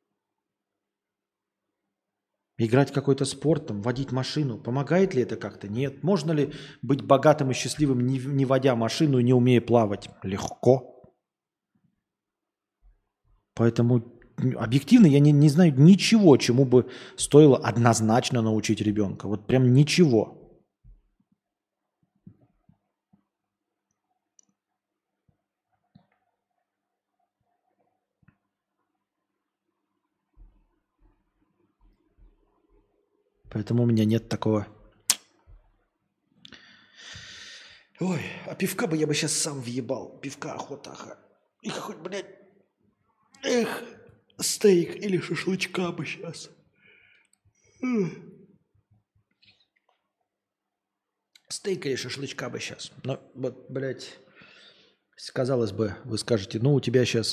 Играть в какой-то спорт, там, водить машину. Помогает ли это как-то? Нет. Можно ли быть богатым и счастливым, не водя машину и не умея плавать? Легко. Поэтому объективно я не знаю ничего, чему бы стоило однозначно научить ребенка. Вот прям ничего. Поэтому у меня нет такого. Ой, а пивка бы я бы сейчас сам въебал. Пивка охота. И хоть, блядь, стейк или шашлычка бы сейчас. Стейк или шашлычка бы сейчас. Ну, вот, блядь, казалось бы, вы скажете, ну, у тебя сейчас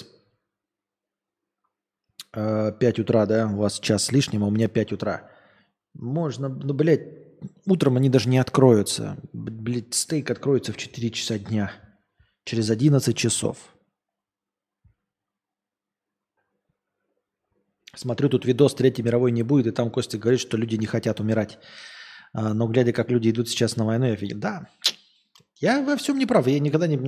5 утра, да? У вас час с лишним, а у меня 5 утра. Можно, ну, блядь, утром они даже не откроются. Блядь, стейк откроется в 4 часа дня. Через 11 часов. Смотрю, тут видос Третьей мировой не будет, и там Костя говорит, что люди не хотят умирать. Но глядя, как люди идут сейчас на войну, я офигел. Да, я во всем не прав. Я никогда не,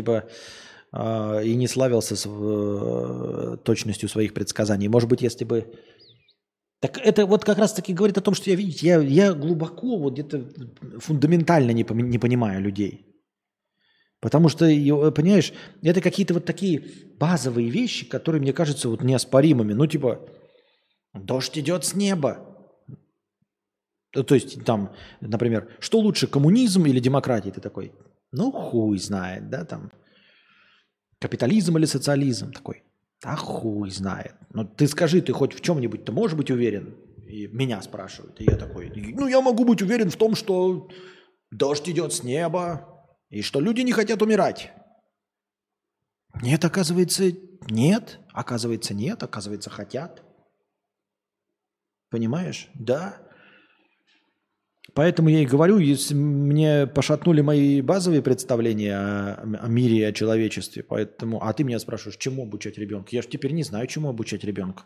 и не славился точностью своих предсказаний. Может быть, если бы... Так это вот как раз-таки говорит о том, что я глубоко, вот где-то фундаментально не понимаю людей. Потому что, понимаешь, это какие-то вот такие базовые вещи, которые мне кажутся вот неоспоримыми. Ну, типа, дождь идет с неба. То есть там, например, что лучше, коммунизм или демократия? Ты такой, ну, хуй знает, да, там. Капитализм или социализм? Такой, а хуй знает. Ну, ты скажи, ты хоть в чем-нибудь ты можешь быть уверен? И меня спрашивают. И я такой, ну, я могу быть уверен в том, что дождь идет с неба, и что люди не хотят умирать. Нет, оказывается, нет. Оказывается, нет. Оказывается, хотят. Понимаешь? Да. Поэтому я и говорю, если мне пошатнули мои базовые представления о мире и о человечестве, поэтому, а ты меня спрашиваешь, чему обучать ребенка? Я же теперь не знаю, чему обучать ребенка.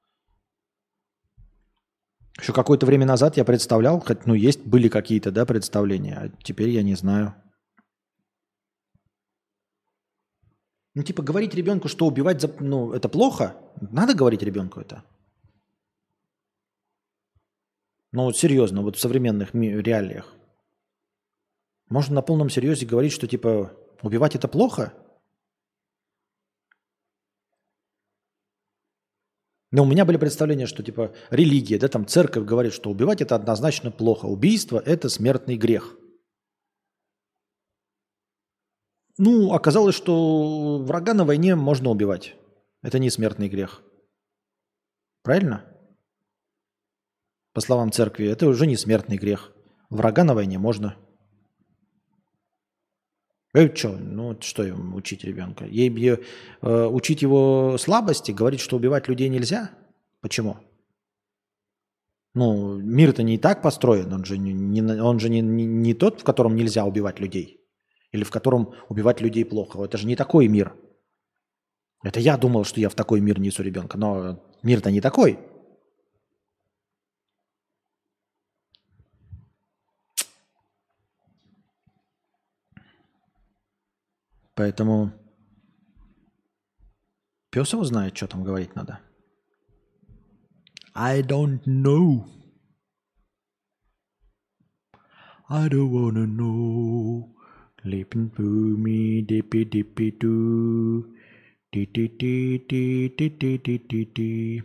Еще какое-то время назад я представлял, были какие-то, да, представления, а теперь я не знаю. Ну, типа, говорить ребенку, что убивать, ну, это плохо? Надо говорить ребенку это? Ну, вот серьезно, вот в современных реалиях. Можно на полном серьезе говорить, что, типа, убивать это плохо? Но у меня были представления, что, типа, религия, да, там церковь говорит, что убивать это однозначно плохо. Убийство – это смертный грех. Ну, оказалось, что врага на войне можно убивать. Это не смертный грех. Правильно? По словам церкви, это уже не смертный грех. Врага на войне можно. Что? Ну, что им учить ребенка? Учить его слабости, говорить, что убивать людей нельзя? Почему? Ну, мир-то не так построен. Он же не тот, в котором нельзя убивать людей. Или в котором убивать людей плохо. Это же не такой мир. Это я думал, что я в такой мир несу ребенка. Но мир-то не такой. Поэтому пес его знает, что там говорить надо. I don't know. I don't wanna know. Leaping through me, dippy dippy doo. Ти-ти-ти-ти-ти-ти-ти-ти.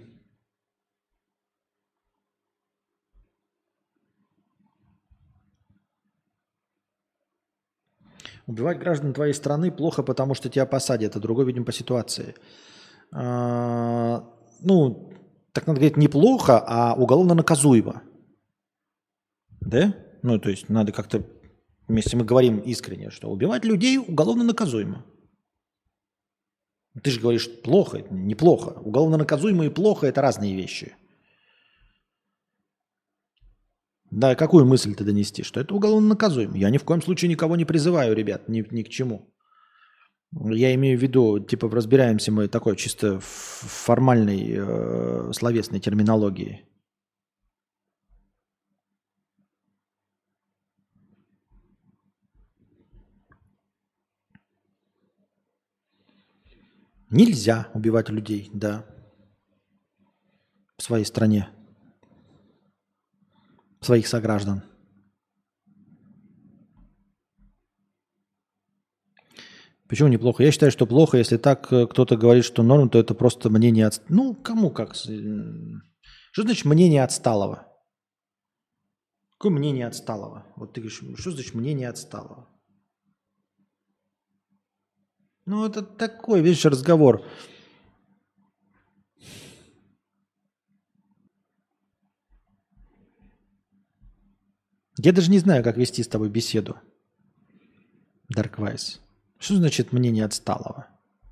Убивать граждан твоей страны плохо, потому что тебя посадят. Это другой, видимо, по ситуации. Ну, так надо говорить, неплохо, а уголовно наказуемо. Да? Ну, то есть надо как-то, если мы говорим искренне, что убивать людей уголовно наказуемо. Ты же говоришь, плохо, это неплохо. Уголовно наказуемо и плохо – это разные вещи. Да, какую мысль ты донести? Что это уголовно наказуемо. Я ни в коем случае никого не призываю, ребят, ни к чему. Я имею в виду, типа, разбираемся мы такой чисто в формальной словесной терминологии. Нельзя убивать людей, да, в своей стране, своих сограждан. Почему неплохо? Я считаю, что плохо, если так кто-то говорит, что норм, то это просто мнение Ну, кому как? Что значит мнение отсталого? Какое мнение отсталого? Вот ты говоришь, что значит мнение отсталого? Ну, это такой, видишь, разговор. Я даже не знаю, как вести с тобой беседу, Дарквайс. Что значит мнение отсталого?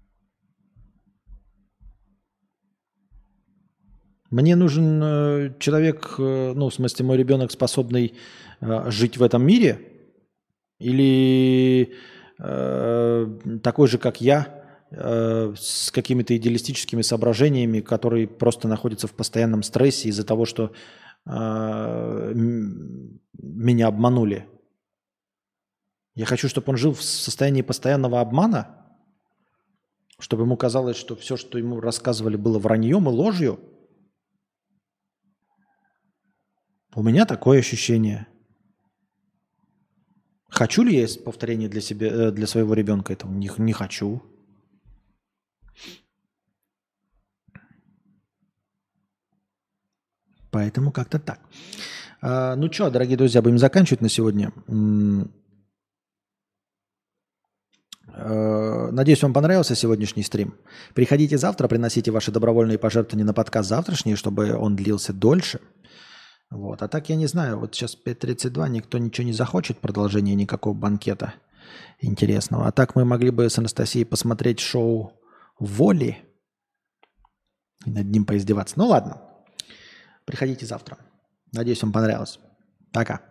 Мне нужен человек, ну, в смысле, мой ребенок, способный жить в этом мире, или такой же, как я, с какими-то идеалистическими соображениями, который просто находится в постоянном стрессе из-за того, что меня обманули. Я хочу, чтобы он жил в состоянии постоянного обмана, чтобы ему казалось, что все, что ему рассказывали, было враньем и ложью. У меня такое ощущение. Хочу ли я повторение для себя, для своего ребенка этого? Не хочу. Поэтому как-то так. Ну что, дорогие друзья, будем заканчивать на сегодня. Надеюсь, вам понравился сегодняшний стрим. Приходите завтра, приносите ваши добровольные пожертвования на подкаст завтрашний, чтобы он длился дольше. Вот. А так я не знаю, вот сейчас 5:32, никто ничего не захочет, продолжения никакого банкета интересного. А так мы могли бы с Анастасией посмотреть шоу «Воли» и над ним поиздеваться. Ну ладно, приходите завтра. Надеюсь, вам понравилось. Пока.